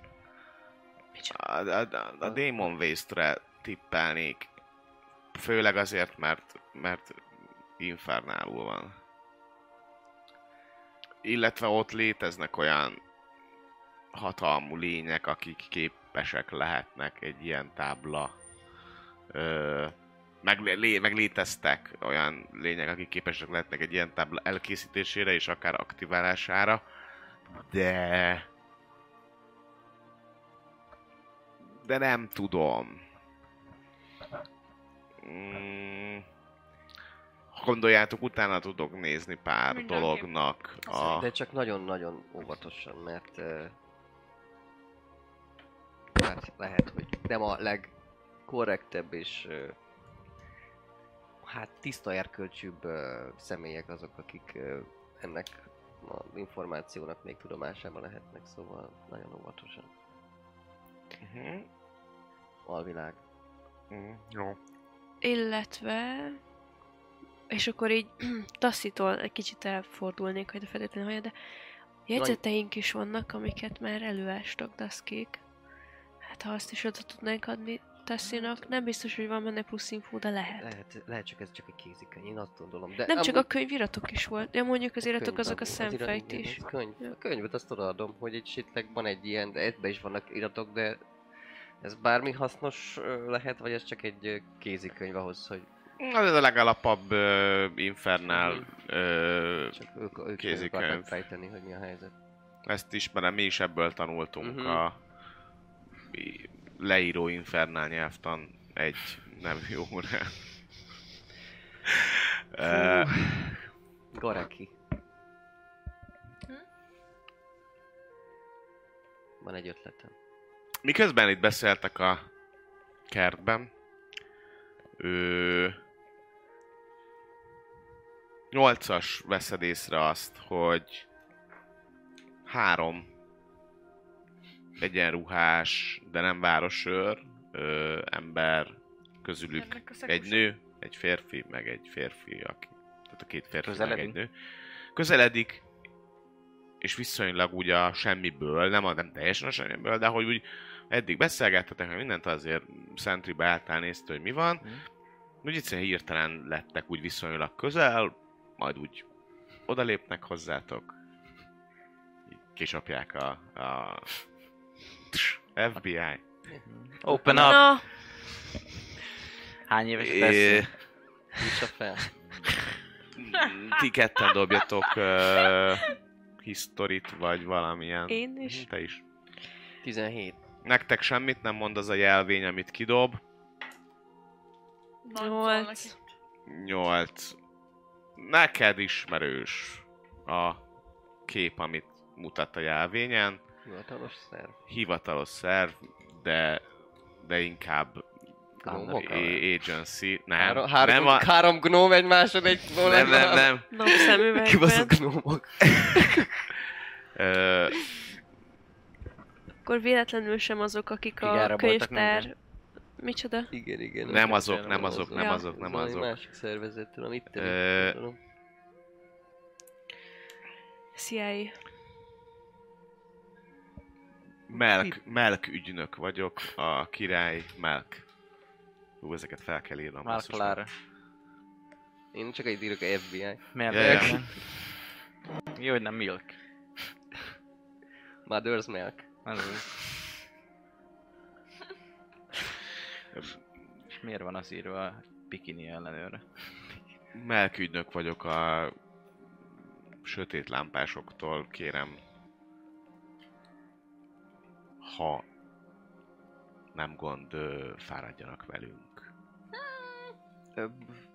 a, a, a, a Demon Waste-re tippelnék. Főleg azért, mert, mert infernálul van. Illetve ott léteznek olyan hatalmú lények, akik képesek lehetnek egy ilyen tábla. Ö, meg, lé, meg léteztek olyan lények, akik képesek lehetnek egy ilyen tábla elkészítésére és akár aktiválására. De... De nem tudom. Mm, gondoljátok, utána tudok nézni pár Mindenképp. dolognak. A... De csak nagyon-nagyon óvatosan, mert... Uh, hát lehet, hogy nem a legkorrektebb és... Uh, hát tiszta erkölcsűbb uh, személyek azok, akik uh, ennek az információnak még tudomásában lehetnek, szóval nagyon óvatosan. Uh-huh. Alvilág. Mm, jó. Illetve... És akkor így Tasszitól egy kicsit elfordulnék, hogy a feltétlenül hallja, de jegyzeteink is vannak, amiket már előástak Daszkék. Hát ha azt is oda tudnánk adni Tasszinak, nem biztos, hogy van benne plusz infó, de lehet. Lehet, lehet csak ez csak egy kézikönyv, én azt gondolom. De Nem csak a amúgy- könyviratok is volt, de mondjuk az iratok könyv azok a van, az irat- igen, szemfejtés. ez Könyv. Ja. A könyvet azt odaadom, hogy egy esetleg van egy ilyen, de ebben is vannak iratok, de ez bármi hasznos ö, lehet, vagy ez csak egy ö, kézikönyv ahhoz, hogy Az a legalapabb uh, Infernál uh, csak ők, ők Kézikönyv. akarnak fejteni, hogy mi a helyzet. ezt ismerem, mi is ebből tanultunk Mhm. a i- leíró Infernál nyelvtan egy nevű órán. Uh, Gareki. Hm? Van egy ötletem. miközben itt beszéltek a kertben, ő... nyolcas veszed észre azt, hogy három egyenruhás, de nem városőr ö, ember közülük Ennek a egy szekusa. nő, egy férfi, meg egy férfi, aki, tehát a két férfi, meg Közeledünk. egy nő. Közeledik, és viszonylag úgy a semmiből, nem, a, nem teljesen a semmiből, de hogy úgy eddig beszélgettetek, hogy mindent azért Sentrybe álltál, nézte, hogy mi van. Mhm. Úgy egyszerűen hirtelen lettek úgy viszonylag közel, majd úgy odalépnek hozzátok, így kisapják a, a ef bé i. Open up! Na, Hány éves É, lesz? Nyissa fel. ti ketten dobjatok uh, historit, vagy valamilyen. én is. Te is. tizenhét. Nektek semmit nem mond az a jelvény, amit kidob. Van Nyolc. valaki. nyolc. Neked ismerős. a kép, amit mutat a jelvényen. Hivatalos szerv. Hivatalos szerv, de, de inkább Gnómok? a- agency. Nem, Három, három, nem, a, három gnóm egymásod egy nem, nem, nem. Kibaszott Napszemüvegben. gnómok. Ö, Akkor véletlenül sem azok, akik a Kigára voltak könyvtár... minden. Micsoda? Igen, igen. nem azok, nem azok, nem Ja. azok, nem Valami azok. másik szervezet, tudom, itt Ö, tudom. C I A. Melk, Melk ügynök vagyok, a király Melk. Hú, ezeket fel kell írnom. Mark basszus. Lara. Én csak egy írok a F B I. Miért? Ja, ja. Yeah. Jó, hogy nem Milk. Mother's Milk. Az az. És miért van az írva a bikini ellenőre? Melk ügynök vagyok, a sötét lámpásoktól kérem, ha nem gond, ö, fáradjanak velünk. Ö,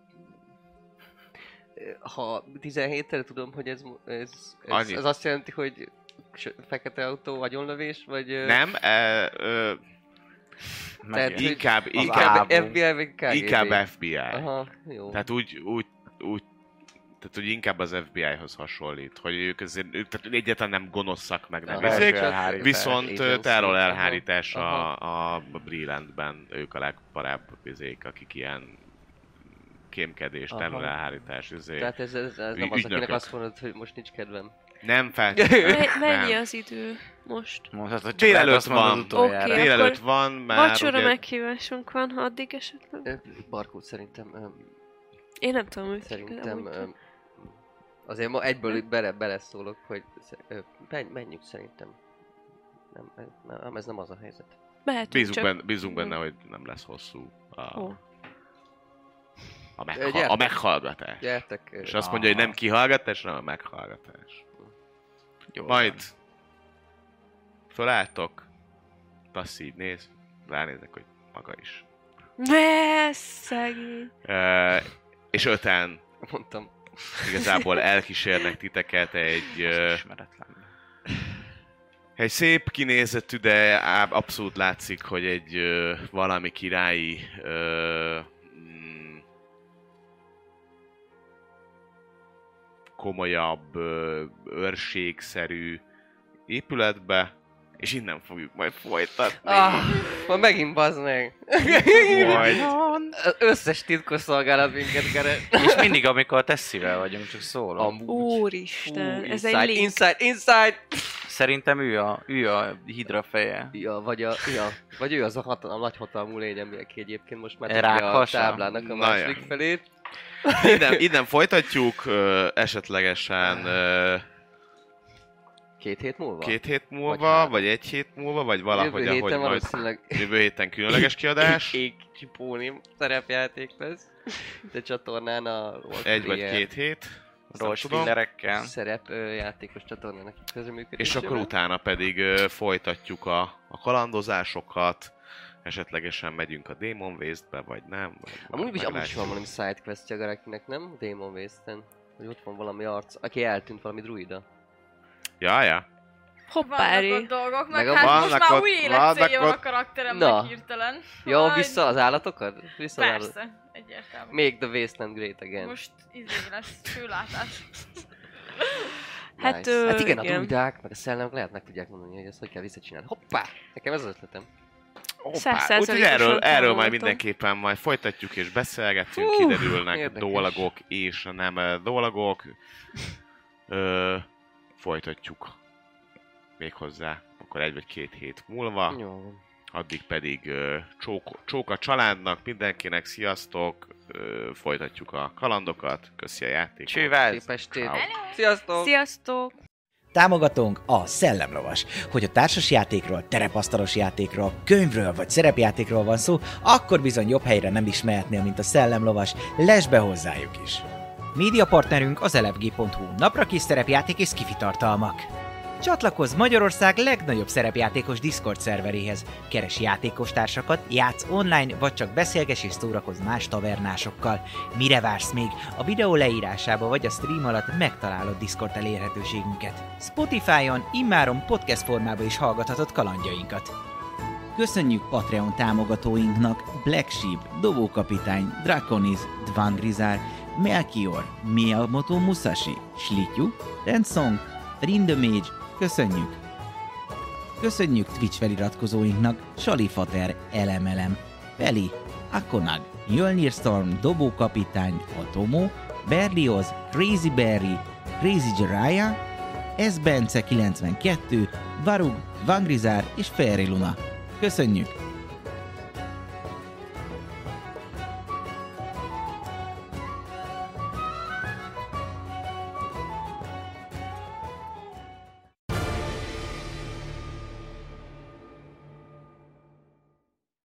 Ha tizenhétre tudom, hogy ez, ez, ez, Annyi. ez azt jelenti, hogy sö- fekete autó, agyonlövés, vagy... ö, Nem, e, ö, Tehát, hogy inkább, az inkább, ábú. F B I vagy K G B? inkább F B I. Aha, jó. Tehát úgy, úgy, úgy, tehát hogy inkább az F B I-hoz hasonlít, hogy ők, azért, ők tehát egyáltalán nem gonoszak, meg nem Aha. izék, Belső elhárítás. viszont Agency. terror Aha. elhárítás a, Aha. a Brilliantben, ők a legparább izék, akik ilyen kémkedés, Aha. terror elhárítás, izé. Tehát ez, ez, ez nem az, Ügynökök. akinek azt mondod, hogy most nincs kedvem. Nem feltétlenül. Me- mennyi nem. az idő most? Mondhatod, csak Délelőtt lehet azt mondod van. utoljára. Oké. Délelőtt akkor van, már Vacsora ugye, meghívásunk van, addig esetleg? Ö, Barkó, szerintem... ö, Én nem tudom, hogy Szerintem... ö, Azért ma egyből bele, beleszólok, hogy sze- ö, menj- menjünk szerintem. Nem, nem, nem, ez nem az a helyzet. Mehetünk bízunk, csak. benne, bízunk benne, hogy nem lesz hosszú a, Ó. a, Ö, megha- a gyertek. meghallgatás. Gyertek. ö, És azt mondja, hogy nem kihallgatás, hanem a meghallgatás. Jó Majd van. fölálltok, Tassi így néz, ránézek, hogy maga is. Ne, szegény. E, és öten Mondtam. igazából elkísérnek titeket egy, ö, Ismeretlen. egy szép kinézetű, de á- abszolút látszik, hogy egy ö, valami királyi ö, mm, komolyabb, ö, őrségszerű épületbe, és innen fogjuk majd folytatni. Ah, ma megint bazd meg. Majd. Az összes titkosszolgálat minket keres. És mindig, amikor Tessivel vagyunk, csak szólom. Amúgy. Úristen, Fú, ez inside, egy link. Inside, inside! Szerintem ő a, ő a hidra feje. Ja, vagy, a, ja, vagy ő az a, hatal, a nagy hatalmú lény, ami aki egyébként most már E, tudja a rákhasa? táblának a Na második ja. felét. Innen, innen folytatjuk, ö, esetlegesen ö, Két hét múlva? két hét Vagy múlva, három. vagy egy hét múlva, vagy valahogy, Jövő ahogy héten majd valószínűleg jövő héten különleges kiadás. ég csipóni szerepjáték lesz. De csatornán a Lord Egy vagy Player két hét. azt nem Rose tudom. Spillerekkel. szerep ö, játékos csatornának És közreműködésével. akkor utána pedig ö, folytatjuk a, a kalandozásokat. Esetlegesen megyünk a Demon Waste-be, vagy nem. Vagy Amúgy, amúgy is meglátjuk. van valami sidequestja Garakinek, nem? Demon Waste-en. Hogy ott van valami arc, aki eltűnt, valami druida. Ja, ja. Vannak Hoppári. ott dolgok, meg, Meg a- hát most vannak már ott- új vannak életcélja van a ott- karakteremnek Na. hirtelen. Ja, Majd- vissza az állatokat? Vissza az állatokat. Persze, egyértelmű. Make the wasteland great again. Most izé lesz, főlátás. Hát, Nice. ö, hát igen, a igen. druidák, meg a szellemek lehet meg tudják mondani, hogy ezt hogy kell visszacsinálni. Hoppá! Nekem ez az ötletem. Hoppá. Százszázalékosan Úgyhogy erről, erről majd támogatom. mindenképpen majd folytatjuk és beszélgetünk, Hú, kiderülnek érdekes. dolgok és nem ö, dolgok. Ö, folytatjuk méghozzá akkor egy vagy két hét múlva. Jó. Addig pedig ö, csók, csók a családnak, mindenkinek, sziasztok, ö, folytatjuk a kalandokat, köszi a játékot. Csőváz! Szép estét. Ciao. Sziasztok! Sziasztok! Támogatónk a Szellemlovas. Hogy a társasjátékról, terepasztalos játékról, könyvről vagy szerepjátékról van szó, akkor bizony jobb helyre nem is mehetnél, mint a Szellemlovas, lesz be hozzájuk is. Média partnerünk az elefg pont hu, napra kis szerepjáték és skifi tartalmak. Csatlakozz Magyarország legnagyobb szerepjátékos Discord szerveréhez. Keres játékostársakat, játsz online, vagy csak beszélges és szórakozz más tavernásokkal. Mire vársz még? A videó leírásába vagy a stream alatt megtalálod Discord elérhetőségünket. Spotify-on immáron podcast formában is hallgathatod kalandjainkat. Köszönjük Patreon támogatóinknak Black Sheep, Dobókapitány, Draconis, Dvangrizár, Melchior, Miyamoto Musashi, Slityu, Rensong, Rindemage, köszönjük! Köszönjük Twitch feliratkozóinknak Salifater, Elemelem, Peli, Akonag, Jölnir Storm, Dobókapitány, Atomo, Berlioz, Crazy Berry, Crazy Jiraiya, S. Bence kilencvenkettő, Varug, Vangrizár és Fairy Luna. Köszönjük!